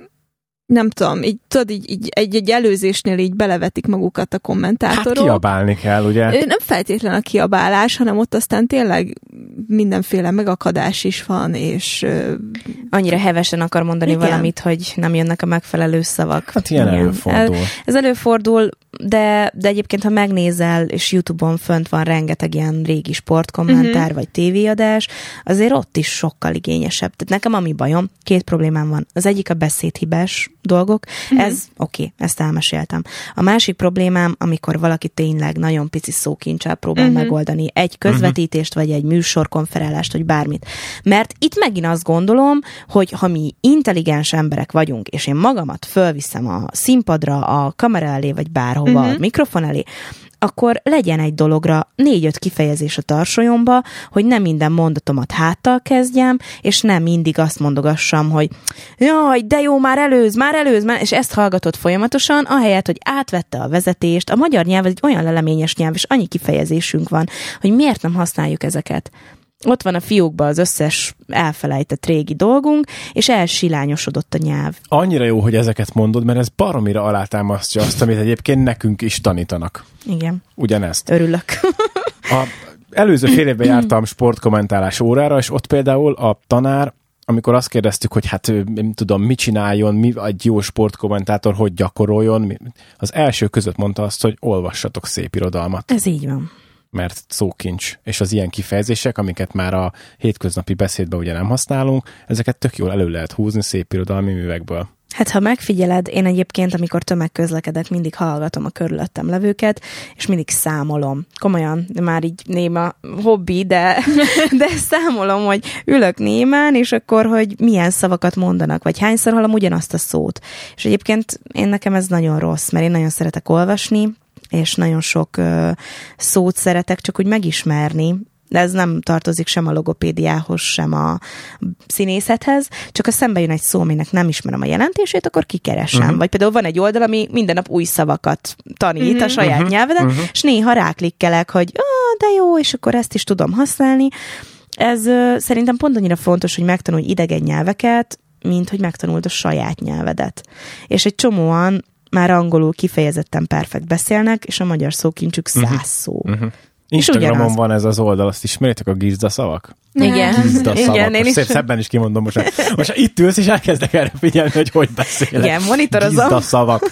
Speaker 2: nem tudom, így tudod, így egy előzésnél így belevetik magukat a kommentátorok.
Speaker 1: Hát kiabálni kell, ugye?
Speaker 2: Nem feltétlen a kiabálás, hanem ott aztán tényleg mindenféle megakadás is van, és...
Speaker 3: Annyira hevesen akar mondani valamit, hogy nem jönnek a megfelelő szavak.
Speaker 1: Hát ilyen előfordul.
Speaker 3: Ez előfordul, de egyébként, ha megnézel, és YouTube-on fönt van rengeteg ilyen régi sportkommentár, vagy tévéadás, azért ott is sokkal igényesebb. Tehát nekem ami bajom, 2 problémám van. Az egyik a beszédhibás dolgok, ez oké, ezt elmeséltem. A másik problémám, amikor valaki tényleg nagyon pici szókincsel próbál megoldani egy közvetítést, vagy egy műsorkonferálást, vagy bármit. Mert itt megint azt gondolom, hogy ha mi intelligens emberek vagyunk, és én magamat fölviszem a színpadra, a kamera elé, vagy bárhova, a mikrofon elé, akkor legyen egy dologra 4-5 kifejezés a tarsolyomba, hogy nem minden mondatomat háttal kezdjem, és nem mindig azt mondogassam, hogy jaj, de jó, már előz, és ezt hallgatod folyamatosan, ahelyett, hogy átvette a vezetést. A magyar nyelv egy olyan leleményes nyelv, és annyi kifejezésünk van, hogy miért nem használjuk ezeket. Ott van a fiókban az összes elfelejtett régi dolgunk, és elsilányosodott a nyelv.
Speaker 1: Annyira jó, hogy ezeket mondod, mert ez baromira alátámasztja azt, amit egyébként nekünk is tanítanak.
Speaker 3: Igen.
Speaker 1: Ugyanezt.
Speaker 3: Örülök.
Speaker 1: Előző fél évben jártam sportkommentálás órára, és ott például a tanár, amikor azt kérdeztük, hogy hát nem tudom, mit csináljon, mi egy jó sportkommentátor, hogy gyakoroljon, az első között mondta azt, hogy olvassatok szép irodalmat.
Speaker 3: Ez így van.
Speaker 1: Mert szókincs, és az ilyen kifejezések, amiket már a hétköznapi beszédben ugye nem használunk, ezeket tök jól elő lehet húzni szép irodalmi művekből.
Speaker 3: Hát ha megfigyeled, én egyébként, amikor tömegközlekedek, mindig hallgatom a körülöttem levőket, és mindig számolom. Komolyan, már így néma hobbi, de számolom, hogy ülök némán, és akkor, hogy milyen szavakat mondanak, vagy hányszor hallom ugyanazt a szót. És egyébként nekem ez nagyon rossz, mert én nagyon szeretek olvasni, és nagyon sok szót szeretek csak úgy megismerni, de ez nem tartozik sem a logopédiához, sem a színészethez, csak ha szembe jön egy szó, aminek nem ismerem a jelentését, akkor kikeresem. Vagy például van egy oldal, ami minden nap új szavakat tanít a saját nyelveden, és néha ráklikkelek, hogy de jó, és akkor ezt is tudom használni. Ez szerintem pont annyira fontos, hogy megtanulj idegen nyelveket, mint hogy megtanuld a saját nyelvedet. És egy csomóan már angolul kifejezetten perfekt beszélnek, és a magyar szókincsük 100 szó.
Speaker 1: Instagramon van ez az oldal, azt ismeritek, a gizda szavak?
Speaker 3: Igen.
Speaker 1: Gizda szavak. Igen, szebben is kimondom most itt ülsz, és elkezdek erre figyelni, hogy beszélek.
Speaker 3: Igen, monitorozom.
Speaker 1: Gizda szavak.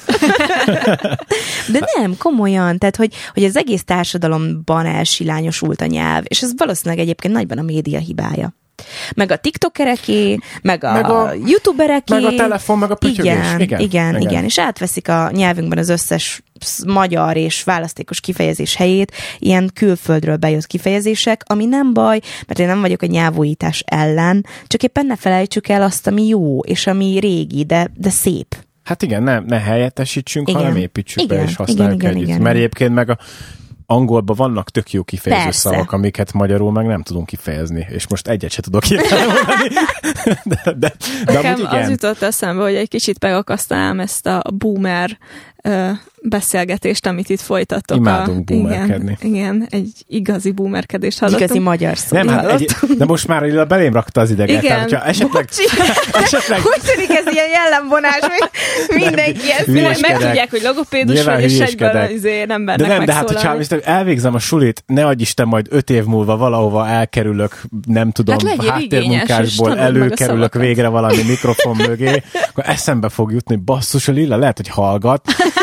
Speaker 3: De nem, komolyan, tehát, hogy az egész társadalomban elsilányosult a nyelv, és ez valószínűleg egyébként nagyban a média hibája. Meg a tiktokereké, meg a youtubereké.
Speaker 1: Meg a telefon, meg a pötyögés.
Speaker 3: Igen. És átveszik a nyelvünkben az összes magyar és választékos kifejezés helyét, ilyen külföldről bejött kifejezések, ami nem baj, mert én nem vagyok a nyelvújítás ellen, csak éppen ne felejtsük el azt, ami jó, és ami régi, de szép.
Speaker 1: Hát igen, ne helyettesítsünk, hanem építsük be, és használjuk együtt. Mert egyébként meg angolban vannak tök jó kifejező
Speaker 3: Persze.
Speaker 1: szavak, amiket magyarul meg nem tudunk kifejezni, és most egyet se tudok hirtelen mondani. De amúgy igen.
Speaker 2: Az jutott eszembe, hogy egy kicsit megakasztanám ezt a boomer beszélgetést, amit itt folytattok.
Speaker 1: Imádunk boomerkedni.
Speaker 2: Igen, egy igazi boomerkedést hallottunk.
Speaker 3: Igazi magyar szó.
Speaker 1: Nem, de most már Lilla belém rakta az ideget.
Speaker 2: Igen.
Speaker 1: Tehát, esetleg...
Speaker 3: Hogy tűnik ez ilyen jellemvonás, hogy mindenki ezt
Speaker 2: meg tudják, hogy logopédus vagy, és egyből nem mernek
Speaker 1: de nem, de hát, hogyha elvégzem a sulit, ne adj Isten, majd 5 év múlva valahova elkerülök, nem tudom, háttérmunkásból előkerülök végre valami mikrofon mögé, akkor eszembe fog jutni, basszus, a Lilla lehet, hogy hallgat.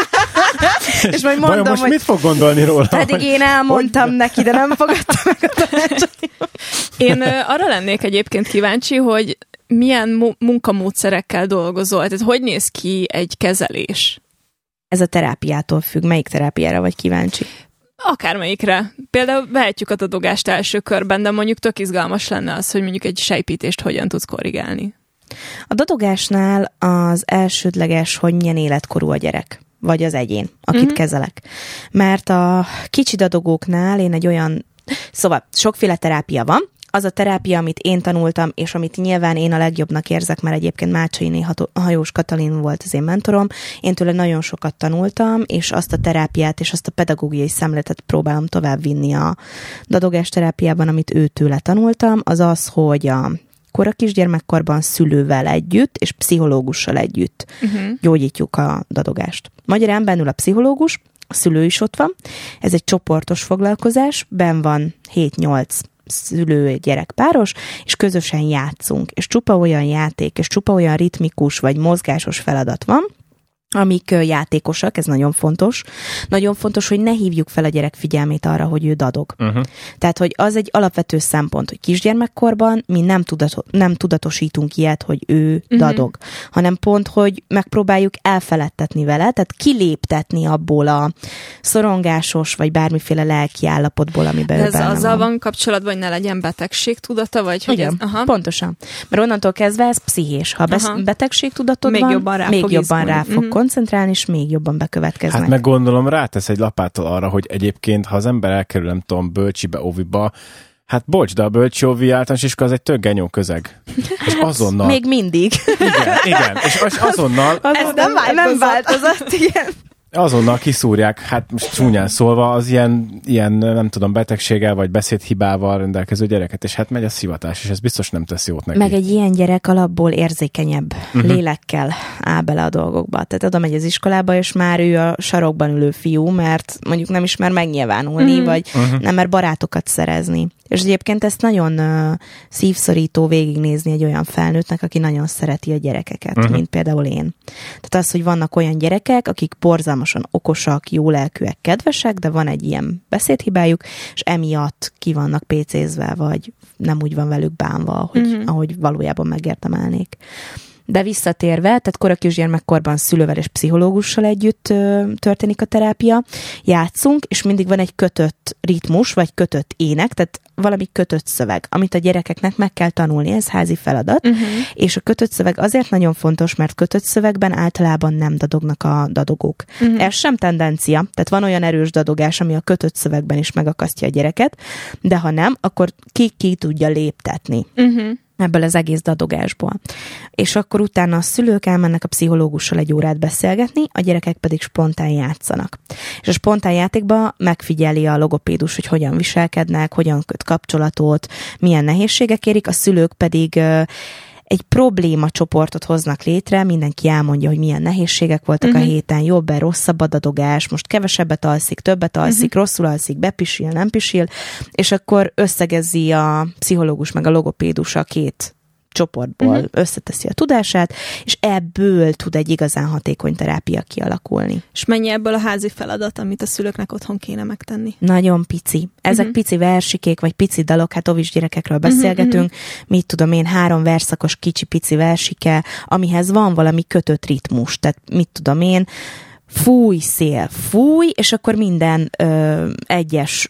Speaker 1: És majd mondom, vajon most hogy mit fog gondolni róla?
Speaker 3: Pedig én elmondtam neki, de nem fogadta meg a tanácsaimat.
Speaker 2: Én arra lennék egyébként kíváncsi, hogy milyen munkamódszerekkel dolgozol, tehát hogy néz ki egy kezelés?
Speaker 3: Ez a terápiától függ. Melyik terápiára vagy kíváncsi?
Speaker 2: Akármelyikre. Például vehetjük a dadogást első körben, de mondjuk tök izgalmas lenne az, hogy mondjuk egy sejpítést hogyan tudsz korrigálni.
Speaker 3: A dadogásnál az elsődleges, hogy milyen életkorú a gyerek, vagy az egyén, akit kezelek. Mert a kicsi dadogóknál én egy olyan... Szóval sokféle terápia van. Az a terápia, amit én tanultam, és amit nyilván én a legjobbnak érzek, mert egyébként Mácsainé Hajós Katalin volt az én mentorom, én tőle nagyon sokat tanultam, és azt a terápiát és azt a pedagógiai szemléletet próbálom továbbvinni a dadogás terápiában, amit ő tőle tanultam, az az, hogy a kora kisgyermekkorban szülővel együtt, és pszichológussal együtt gyógyítjuk a dadogást. Magyarán bennül a pszichológus, a szülő is ott van, ez egy csoportos foglalkozás, benn van 7-8 szülő-gyerek páros, és közösen játszunk. És csupa olyan játék, és csupa olyan ritmikus vagy mozgásos feladat van, amik játékosak, ez nagyon fontos. Nagyon fontos, hogy ne hívjuk fel a gyerek figyelmét arra, hogy ő dadog. Tehát, hogy az egy alapvető szempont, hogy kisgyermekkorban mi nem tudatosítunk ilyet, hogy ő dadog, hanem pont, hogy megpróbáljuk elfeledtetni vele, tehát kiléptetni abból a szorongásos, vagy bármiféle lelki állapotból, amiben ő benne
Speaker 2: azzal van kapcsolatban, hogy ne legyen betegségtudata, vagy hogy
Speaker 3: igen, pontosan. Mert onnantól kezdve ez pszichés. Ha betegségtudatod
Speaker 2: még
Speaker 3: van,
Speaker 2: jobban
Speaker 3: rá fog koncentrálni, és még jobban bekövetkeznek.
Speaker 1: Hát meg gondolom rátesz egy lapáttal arra, hogy egyébként, ha az ember elkerül, nem tudom, bölcsibe, óviba, hát bocs, de a bölcsi óvi általános iskola az egy tök genyó közeg. És azonnal...
Speaker 3: Még mindig.
Speaker 1: Igen. És azonnal...
Speaker 3: Ez nem változott, igen.
Speaker 1: Azonnal kiszúrják, hát most csúnyán szólva, az ilyen nem tudom, betegséggel vagy beszédhibával rendelkező gyereket, és hát megy a szivatás, és ez biztos nem tesz jót neki.
Speaker 3: Meg egy ilyen gyerek alapból érzékenyebb lélekkel áll bele a dolgokba. Tehát oda megy az iskolába, és már ő a sarokban ülő fiú, mert mondjuk nem ismer megnyilvánulni, vagy nem mer barátokat szerezni. És egyébként ezt nagyon szívszorító végignézni egy olyan felnőttnek, aki nagyon szereti a gyerekeket, mint például én. Tehát az, hogy vannak olyan gyerekek, akik borzalmasan okosak, jólelkűek, kedvesek, de van egy ilyen beszédhibájuk, és emiatt ki vannak pécézve, vagy nem úgy van velük bánva, ahogy valójában megérdemelnék. De visszatérve, tehát kora kisgyermekkorban szülővel és pszichológussal együtt történik a terápia, játszunk, és mindig van egy kötött ritmus, vagy kötött ének, tehát valami kötött szöveg, amit a gyerekeknek meg kell tanulni, ez házi feladat, és a kötött szöveg azért nagyon fontos, mert kötött szövegben általában nem dadognak a dadogók. Ez sem tendencia, tehát van olyan erős dadogás, ami a kötött szövegben is megakasztja a gyereket, de ha nem, akkor ki tudja léptetni. Ebből az egész dadogásból. És akkor utána a szülők elmennek a pszichológussal egy órát beszélgetni, a gyerekek pedig spontán játszanak. És a spontán játékban megfigyeli a logopédus, hogy hogyan viselkednek, hogyan köt kapcsolatot, milyen nehézségek érik, a szülők pedig egy probléma csoportot hoznak létre, mindenki elmondja, hogy milyen nehézségek voltak a héten, jobb-e, rosszabb a dadogás, most kevesebbet alszik, többet alszik, rosszul alszik, bepisil, nem pisil, és akkor összegezzi a pszichológus meg a logopédus a két csoportból, összeteszi a tudását, és ebből tud egy igazán hatékony terápia kialakulni.
Speaker 2: És mennyi ebből a házi feladat, amit a szülőknek otthon kéne megtenni?
Speaker 3: Nagyon pici. Ezek pici versikék, vagy pici dalok, hát óvis gyerekekről beszélgetünk, mit tudom én, 3 verszakos kicsi pici versike, amihez van valami kötött ritmus, tehát mit tudom én, fúj, szél, fúj, és akkor minden egyes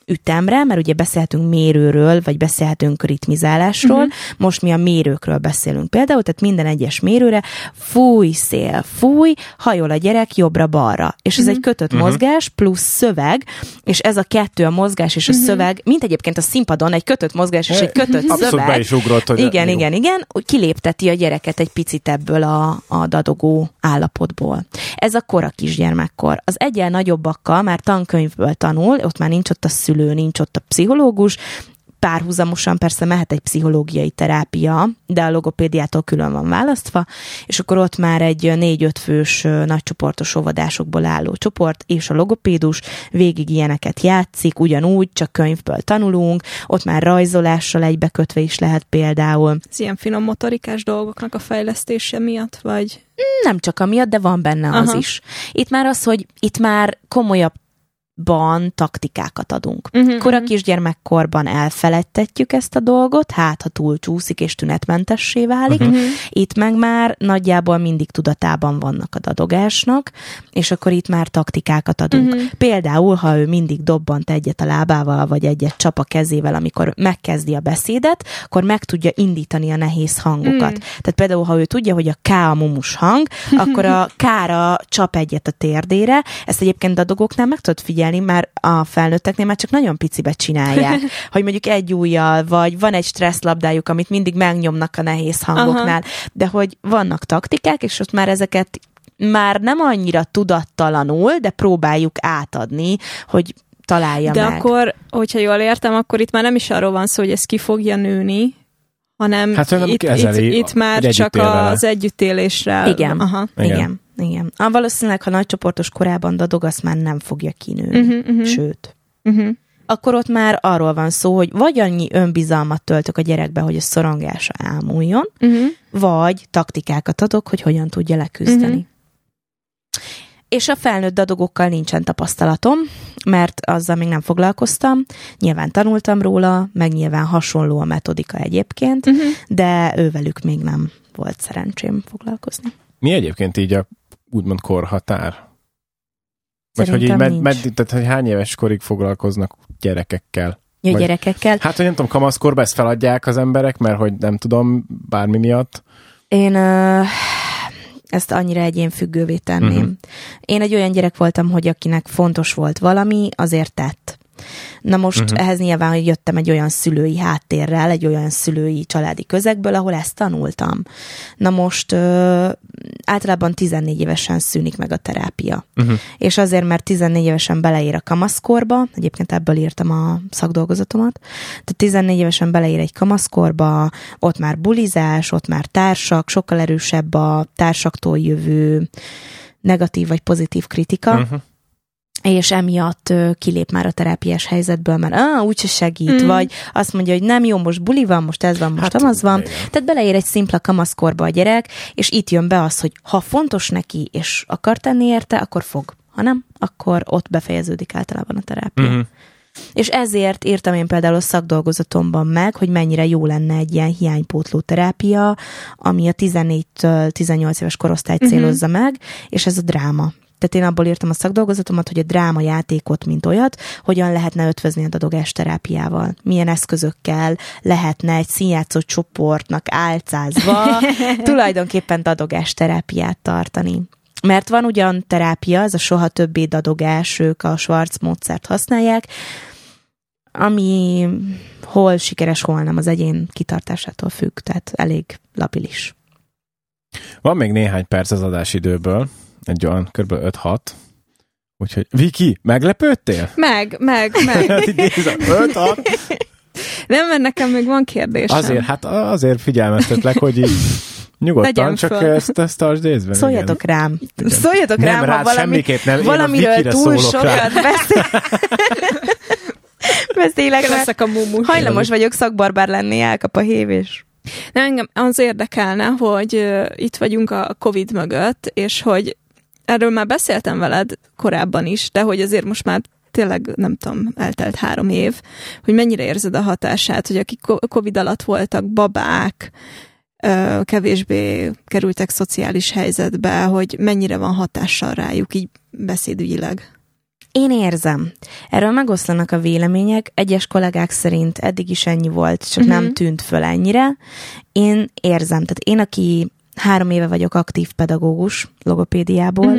Speaker 3: ütemre, mert ugye beszélhetünk mérőről, vagy beszélhetünk ritmizálásról, most mi a mérőkről beszélünk például, tehát minden egyes mérőre fúj, szél, fúj, hajol a gyerek jobbra-balra. És ez egy kötött mozgás plusz szöveg, és ez a kettő, a mozgás és a szöveg, mint egyébként a színpadon egy kötött mozgás és egy kötött szöveg.
Speaker 1: Abszolút be is ugrott, hogy
Speaker 3: igen, kilépteti a gyereket egy picit ebből a dadogó állapotból. Ez a kora kisgyermekkor. Az egyel nagyobbakkal már tankönyvből tanul, ott már nincs ott a szülő, nincs ott a pszichológus, párhuzamosan persze mehet egy pszichológiai terápia, de a logopédiától külön van választva, és akkor ott már egy 4-5 fős nagycsoportos óvodásokból álló csoport, és a logopédus végig ilyeneket játszik, ugyanúgy, csak könyvből tanulunk, ott már rajzolással egybekötve is lehet például.
Speaker 2: Ez ilyen finom motorikás dolgoknak a fejlesztése miatt, vagy?
Speaker 3: Nem csak amiatt, de van benne az is. Itt már az, hogy itt már komolyabb taktikákat adunk. Kora kisgyermekkorban elfeledtetjük ezt a dolgot, hát ha túl csúszik és tünetmentessé válik. Itt meg már nagyjából mindig tudatában vannak a dadogásnak, és akkor itt már taktikákat adunk. Például, ha ő mindig dobbant egyet a lábával, vagy egyet csap a kezével, amikor megkezdi a beszédet, akkor meg tudja indítani a nehéz hangokat. Tehát például, ha ő tudja, hogy a K a mumus hang, akkor a K-ra csap egyet a térdére. Ezt egyébként dadogóknál meg tudod figyelni, mert a felnőtteknél már csak nagyon picibe csinálják, hogy mondjuk egy ujjal, vagy van egy stresszlabdájuk, amit mindig megnyomnak a nehéz hangoknál, de hogy vannak taktikák, és ott már ezeket már nem annyira tudattalanul, de próbáljuk átadni, hogy találja
Speaker 2: de
Speaker 3: meg.
Speaker 2: De akkor, hogyha jól értem, akkor itt már nem is arról van szó, hogy ez ki fogja nőni, hanem
Speaker 1: hát,
Speaker 2: itt már csak az együttélésre.
Speaker 3: Igen. Aha. Igen. Valószínűleg, ha nagycsoportos korában dadog, azt már nem fogja kinőni. Sőt. Akkor ott már arról van szó, hogy vagy annyi önbizalmat töltök a gyerekbe, hogy a szorongása elmúljon, vagy taktikákat adok, hogy hogyan tudja leküzdeni. És a felnőtt dadogókkal nincsen tapasztalatom, mert azzal még nem foglalkoztam. Nyilván tanultam róla, meg nyilván hasonló a metodika egyébként, de ővelük még nem volt szerencsém foglalkozni.
Speaker 1: Mi egyébként így a úgymond korhatár? Vagy
Speaker 3: Szerintem
Speaker 1: hogy így tehát, hogy hány éves korig foglalkoznak gyerekekkel?
Speaker 3: Vagy gyerekekkel?
Speaker 1: Hát, hogy nem tudom, kamaszkorban ezt feladják az emberek, mert hogy nem tudom, bármi miatt.
Speaker 3: Én ezt annyira egyénfüggővé tenném. Én egy olyan gyerek voltam, hogy akinek fontos volt valami, azért tett. Na most ehhez nyilván, hogy jöttem egy olyan szülői háttérrel, egy olyan szülői családi közegből, ahol ezt tanultam. Na most általában 14 évesen szűnik meg a terápia. És azért, mert 14 évesen beleér a kamaszkorba, egyébként ebből írtam a szakdolgozatomat, tehát 14 évesen beleér egy kamaszkorba, ott már bulizás, ott már társak, sokkal erősebb a társaktól jövő negatív vagy pozitív kritika, és emiatt kilép már a terápiás helyzetből, mert úgyse segít, vagy azt mondja, hogy nem jó, most buli van, most ez van, most az van. Igen. Tehát beleér egy szimpla kamaszkorba a gyerek, és itt jön be az, hogy ha fontos neki, és akar tenni érte, akkor fog. Ha nem, akkor ott befejeződik általában a terápia. És ezért írtam én például a szakdolgozatomban meg, hogy mennyire jó lenne egy ilyen hiánypótló terápia, ami a 14-től 18 éves korosztályt célozza meg, és ez a dráma. Tehát én abból írtam a szakdolgozatomat, hogy a drámajátékot, mint olyat, hogyan lehetne ötvözni a dadogás terápiával. Milyen eszközökkel lehetne egy színjátszó csoportnak álcázva tulajdonképpen dadogás terápiát tartani. Mert van ugyan terápia, ez a soha többé dadogás, ők a Schwartz módszert használják, ami hol sikeres, hol nem, az egyén kitartásától függ, tehát elég labilis.
Speaker 1: Van még néhány perc az adásidőből, egy olyan kb. 5-6. Úgyhogy, Viki, meglepődtél?
Speaker 2: Meg.
Speaker 1: 5-6.
Speaker 2: Nem, mert nekem még van kérdésem.
Speaker 1: Azért figyelmeztetlek, hogy így nyugodtan, csak ezt tartsd észben.
Speaker 3: Szóljatok rám.
Speaker 1: Igen.
Speaker 3: Szóljatok
Speaker 1: nem
Speaker 3: rám,
Speaker 1: rád,
Speaker 3: ha valamiről túl sokat beszélek,
Speaker 2: leszek a mumus.
Speaker 3: Hajlamos vagyok szakbarbár lenni, elkap a hévés.
Speaker 2: Engem az érdekelne, hogy itt vagyunk a Covid mögött, és hogy erről már beszéltem veled korábban is, de hogy azért most már tényleg, nem tudom, eltelt 3 év, hogy mennyire érzed a hatását, hogy akik Covid alatt voltak babák, kevésbé kerültek szociális helyzetbe, hogy mennyire van hatással rájuk így beszédügyileg.
Speaker 3: Én érzem. Erről megoszlanak a vélemények. Egyes kollégák szerint eddig is ennyi volt, csak nem tűnt föl ennyire. Én érzem. Tehát én, aki 3 éve vagyok aktív pedagógus logopédiából,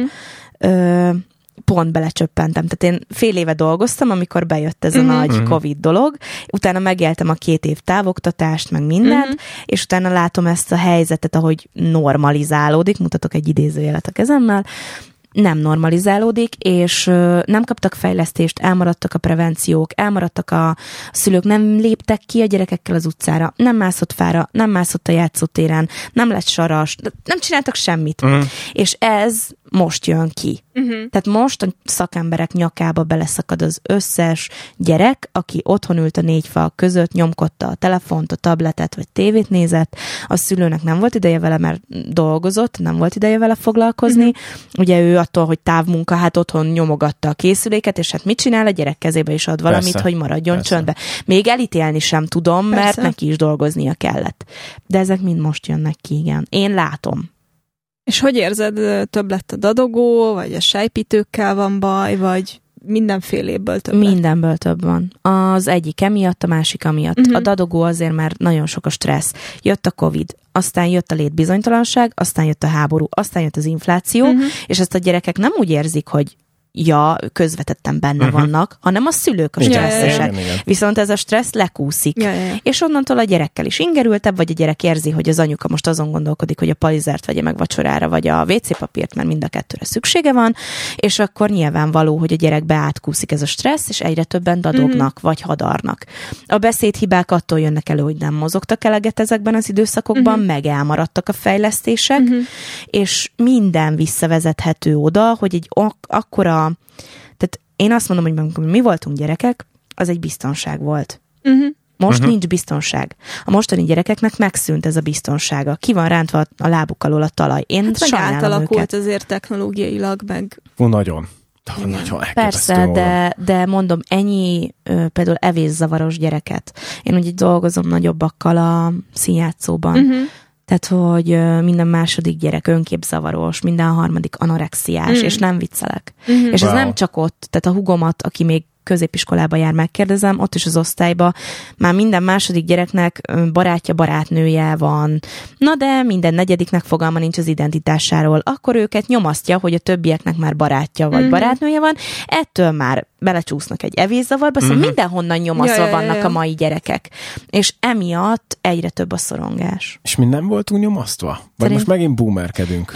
Speaker 3: pont belecsöppentem. Tehát én fél éve dolgoztam, amikor bejött ez a nagy Covid dolog, utána megéltem a 2 év távoktatást, meg mindent, és utána látom ezt a helyzetet, ahogy normalizálódik, mutatok egy idézőjelet a kezemmel, nem normalizálódik, és nem kaptak fejlesztést, elmaradtak a prevenciók, elmaradtak a szülők, nem léptek ki a gyerekekkel az utcára, nem mászott fára, nem mászott a játszótéren, nem lett saras, nem csináltak semmit. És ez most jön ki. Tehát most a szakemberek nyakába beleszakad az összes gyerek, aki otthon ült a 4 fal között, nyomkodta a telefont, a tabletet, vagy tévét nézett, a szülőnek nem volt ideje vele, mert dolgozott, nem volt ideje vele foglalkozni. Ugye ő attól, hogy távmunka, hát otthon nyomogatta a készüléket, és hát mit csinál? A gyerek kezébe is ad valamit, hogy maradjon csöndbe. Még elítélni sem tudom, mert neki is dolgoznia kellett. De ezek mind most jönnek ki, igen. Én látom.
Speaker 2: És hogy érzed, több lett a dadogó, vagy a sejpítőkkel van baj, vagy mindenféléből több lett?
Speaker 3: Mindenből több van. Az egyik emiatt, a másik amiatt. A dadogó azért, mert nagyon sok a stressz. Jött a Covid, aztán jött a létbizonytalanság, aztán jött a háború, aztán jött az infláció, és ezt a gyerekek nem úgy érzik, hogy közvetetten benne vannak, hanem a szülők a stresszesek. Igen. Viszont ez a stressz lekúszik. És onnantól a gyerekkel is ingerültebb, vagy a gyerek érzi, hogy az anyuka most azon gondolkodik, hogy a palizert vegye meg vacsorára, vagy a WC papírt, mert mind a kettőre szüksége van, és akkor nyilvánvaló, hogy a gyerekbe átkúszik ez a stressz, és egyre többen dadognak, vagy hadarnak. A beszédhibák attól jönnek elő, hogy nem mozogtak eleget ezekben az időszakokban, meg elmaradtak a fejlesztések, és minden visszavezethető oda, hogy egy akkora. Tehát én azt mondom, hogy amikor mi voltunk gyerekek, az egy biztonság volt. Most nincs biztonság. A mostani gyerekeknek megszűnt ez a biztonsága. Ki van rántva a lábuk alól a talaj. Én sajnálom
Speaker 2: átalakult
Speaker 3: őket.
Speaker 2: Azért technológiailag, meg...
Speaker 1: Nagyon.
Speaker 3: Persze, de mondom, ennyi például evészavaros gyereket. Én ugye dolgozom nagyobbakkal a színjátszóban. Tehát, hogy minden második gyerek önképzavaros, minden harmadik anorexiás, és nem viccelek. És ez nem csak ott, tehát a húgomat, aki még középiskolába jár, megkérdezem, ott is az osztályba, már minden második gyereknek barátja, barátnője van, na de minden negyediknek fogalma nincs az identitásáról, akkor őket nyomasztja, hogy a többieknek már barátja vagy barátnője van, ettől már belecsúsznak egy evészavarba, szóval mindenhonnan nyomaszva vannak a mai gyerekek. És emiatt egyre több a szorongás.
Speaker 1: És mi nem voltunk nyomasztva? Vagy most megint boomerkedünk?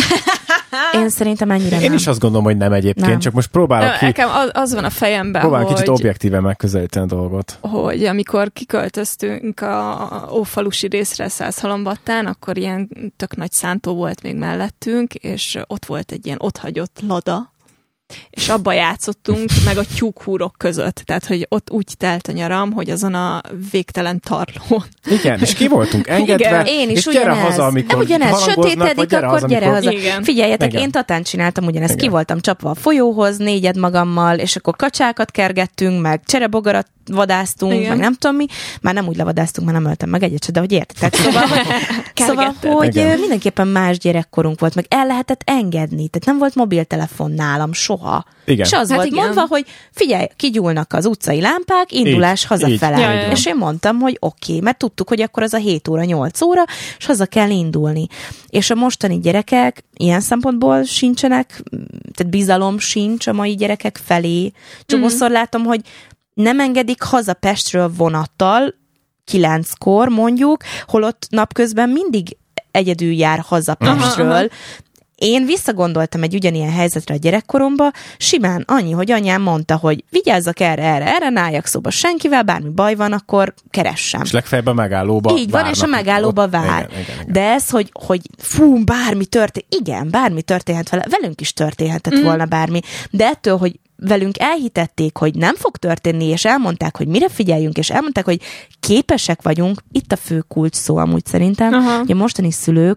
Speaker 3: Én szerintem ennyire nem.
Speaker 1: Én is azt gondolom, hogy nem egyébként, nem. Csak most próbálok ki...
Speaker 2: Nekem az van a fejemben,
Speaker 1: próbálok kicsit objektíven megközelíteni a dolgot.
Speaker 2: Hogy amikor kiköltöztünk a Ófalusi részre Szászhalombattán, akkor ilyen tök nagy szántó volt még mellettünk, és ott volt egy ilyen otthagyott lada, és abba játszottunk, meg a tyúkhúrok között. Tehát, hogy ott úgy telt a nyaram, hogy azon a végtelen tarlón.
Speaker 1: Igen, és ki voltunk engedve, igen.
Speaker 3: Én is
Speaker 1: és gyere haza, amikor
Speaker 3: sötétedik, akkor gyere haza.
Speaker 2: Igen.
Speaker 3: Figyeljetek, én Tatán csináltam ugyanezt. Ki voltam csapva a folyóhoz, 4 magammal, és akkor kacsákat kergettünk, meg cserebogarat vadásztunk, meg nem tudom mi. Már nem úgy levadáztunk, mert nem öltem meg egyet, de hogy értitek. Szóval hogy mindenképpen más gyerekkorunk volt, meg el lehetett engedni. Tehát nem volt mobiltelefon nálam soha.
Speaker 1: Igen.
Speaker 3: És az volt mondva, hogy figyelj, kigyúlnak az utcai lámpák, indulás hazafele. És én mondtam, hogy oké, mert tudtuk, hogy akkor az a 7 óra, 8 óra, és haza kell indulni. És a mostani gyerekek ilyen szempontból sincsenek, tehát bizalom sincs a mai gyerekek felé. Csomószor látom, hogy nem engedik haza Pestről vonattal, 9-kor mondjuk, holott napközben mindig egyedül jár haza Pestről. Én visszagondoltam egy ugyanilyen helyzetre a gyerekkoromba, simán annyi, hogy anyám mondta, hogy vigyázzak erre, ne álljak szóba senkivel, bármi baj van, akkor keressem.
Speaker 1: És legfeljebb a megállóba
Speaker 3: így van, és a megállóba vár. Igen. De ez, hogy fú, bármi történhet vele, velünk is történhetett volna bármi, de ettől, hogy velünk elhitették, hogy nem fog történni, és elmondták, hogy mire figyeljünk, és elmondták, hogy képesek vagyunk, itt a fő kulcs szó amúgy szerintem, hogy a mostani szülők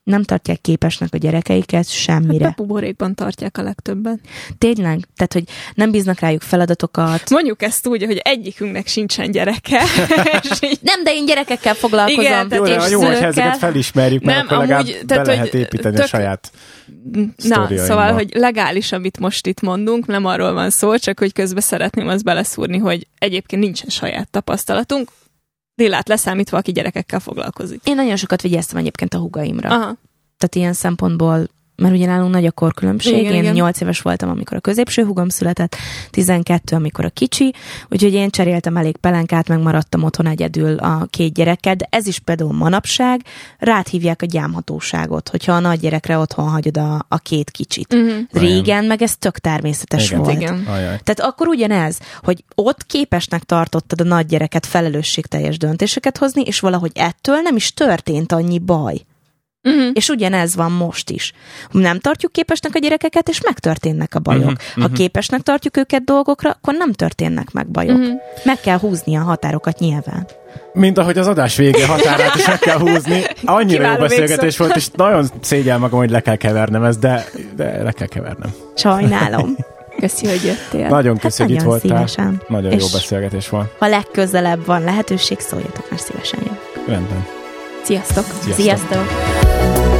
Speaker 3: Nem tartják képesnek a gyerekeiket semmire.
Speaker 2: Hát buborékban tartják a legtöbben.
Speaker 3: Tényleg? Tehát, hogy nem bíznak rájuk feladatokat.
Speaker 2: Mondjuk ezt úgy, hogy egyikünknek sincsen gyereke.
Speaker 3: Nem, de én gyerekekkel foglalkozom.
Speaker 2: Igen,
Speaker 1: tehát jó, hogy ezeket felismerjük, mert
Speaker 2: nem,
Speaker 1: akkor legalább
Speaker 2: amúgy,
Speaker 1: be lehet építeni a saját sztoriaimba.
Speaker 2: Szóval, hogy legális, amit most itt mondunk, nem arról van szó, csak hogy közben szeretném azt beleszúrni, hogy egyébként nincsen saját tapasztalatunk. Lillát leszámítva, aki gyerekekkel foglalkozik.
Speaker 3: Én nagyon sokat vigyáztam egyébként a húgaimra.
Speaker 2: Aha.
Speaker 3: Tehát ilyen szempontból, mert ugye nálunk nagy a korkülönbség. Én 8 éves voltam, amikor a középső húgom született, 12, amikor a kicsi, úgyhogy én cseréltem elég pelenkát, megmaradtam otthon egyedül a 2 gyerekkel, de ez is például manapság, rád hívják a gyámhatóságot, hogyha a nagy gyerekre otthon hagyod a 2 kicsit. Régen meg ez tök természetes volt.
Speaker 2: Igen.
Speaker 3: Tehát akkor ugyanez, hogy ott képesnek tartottad a nagy gyereket felelősségteljes döntéseket hozni, és valahogy ettől nem is történt annyi baj. És ugyanez van most is. Nem tartjuk képesnek a gyerekeket, és megtörténnek a bajok. Ha képesnek tartjuk őket dolgokra, akkor nem történnek meg bajok. Meg kell húzni a határokat nyilván.
Speaker 1: Mint ahogy az adás vége határát is meg kell húzni. Annyira jó beszélgetés volt, és nagyon szégyel magam, hogy le kell kevernem ezt, de le kell kevernem.
Speaker 3: Sajnálom.
Speaker 2: Köszi, hogy jöttél.
Speaker 1: Nagyon köszi, hogy itt voltál.
Speaker 3: Szívesen.
Speaker 1: Nagyon jó beszélgetés volt.
Speaker 3: Ha legközelebb van lehetőség, szóljatok, mert szívesen jövök.
Speaker 1: Rendben.
Speaker 2: Sziasztok!
Speaker 3: Sziasztok!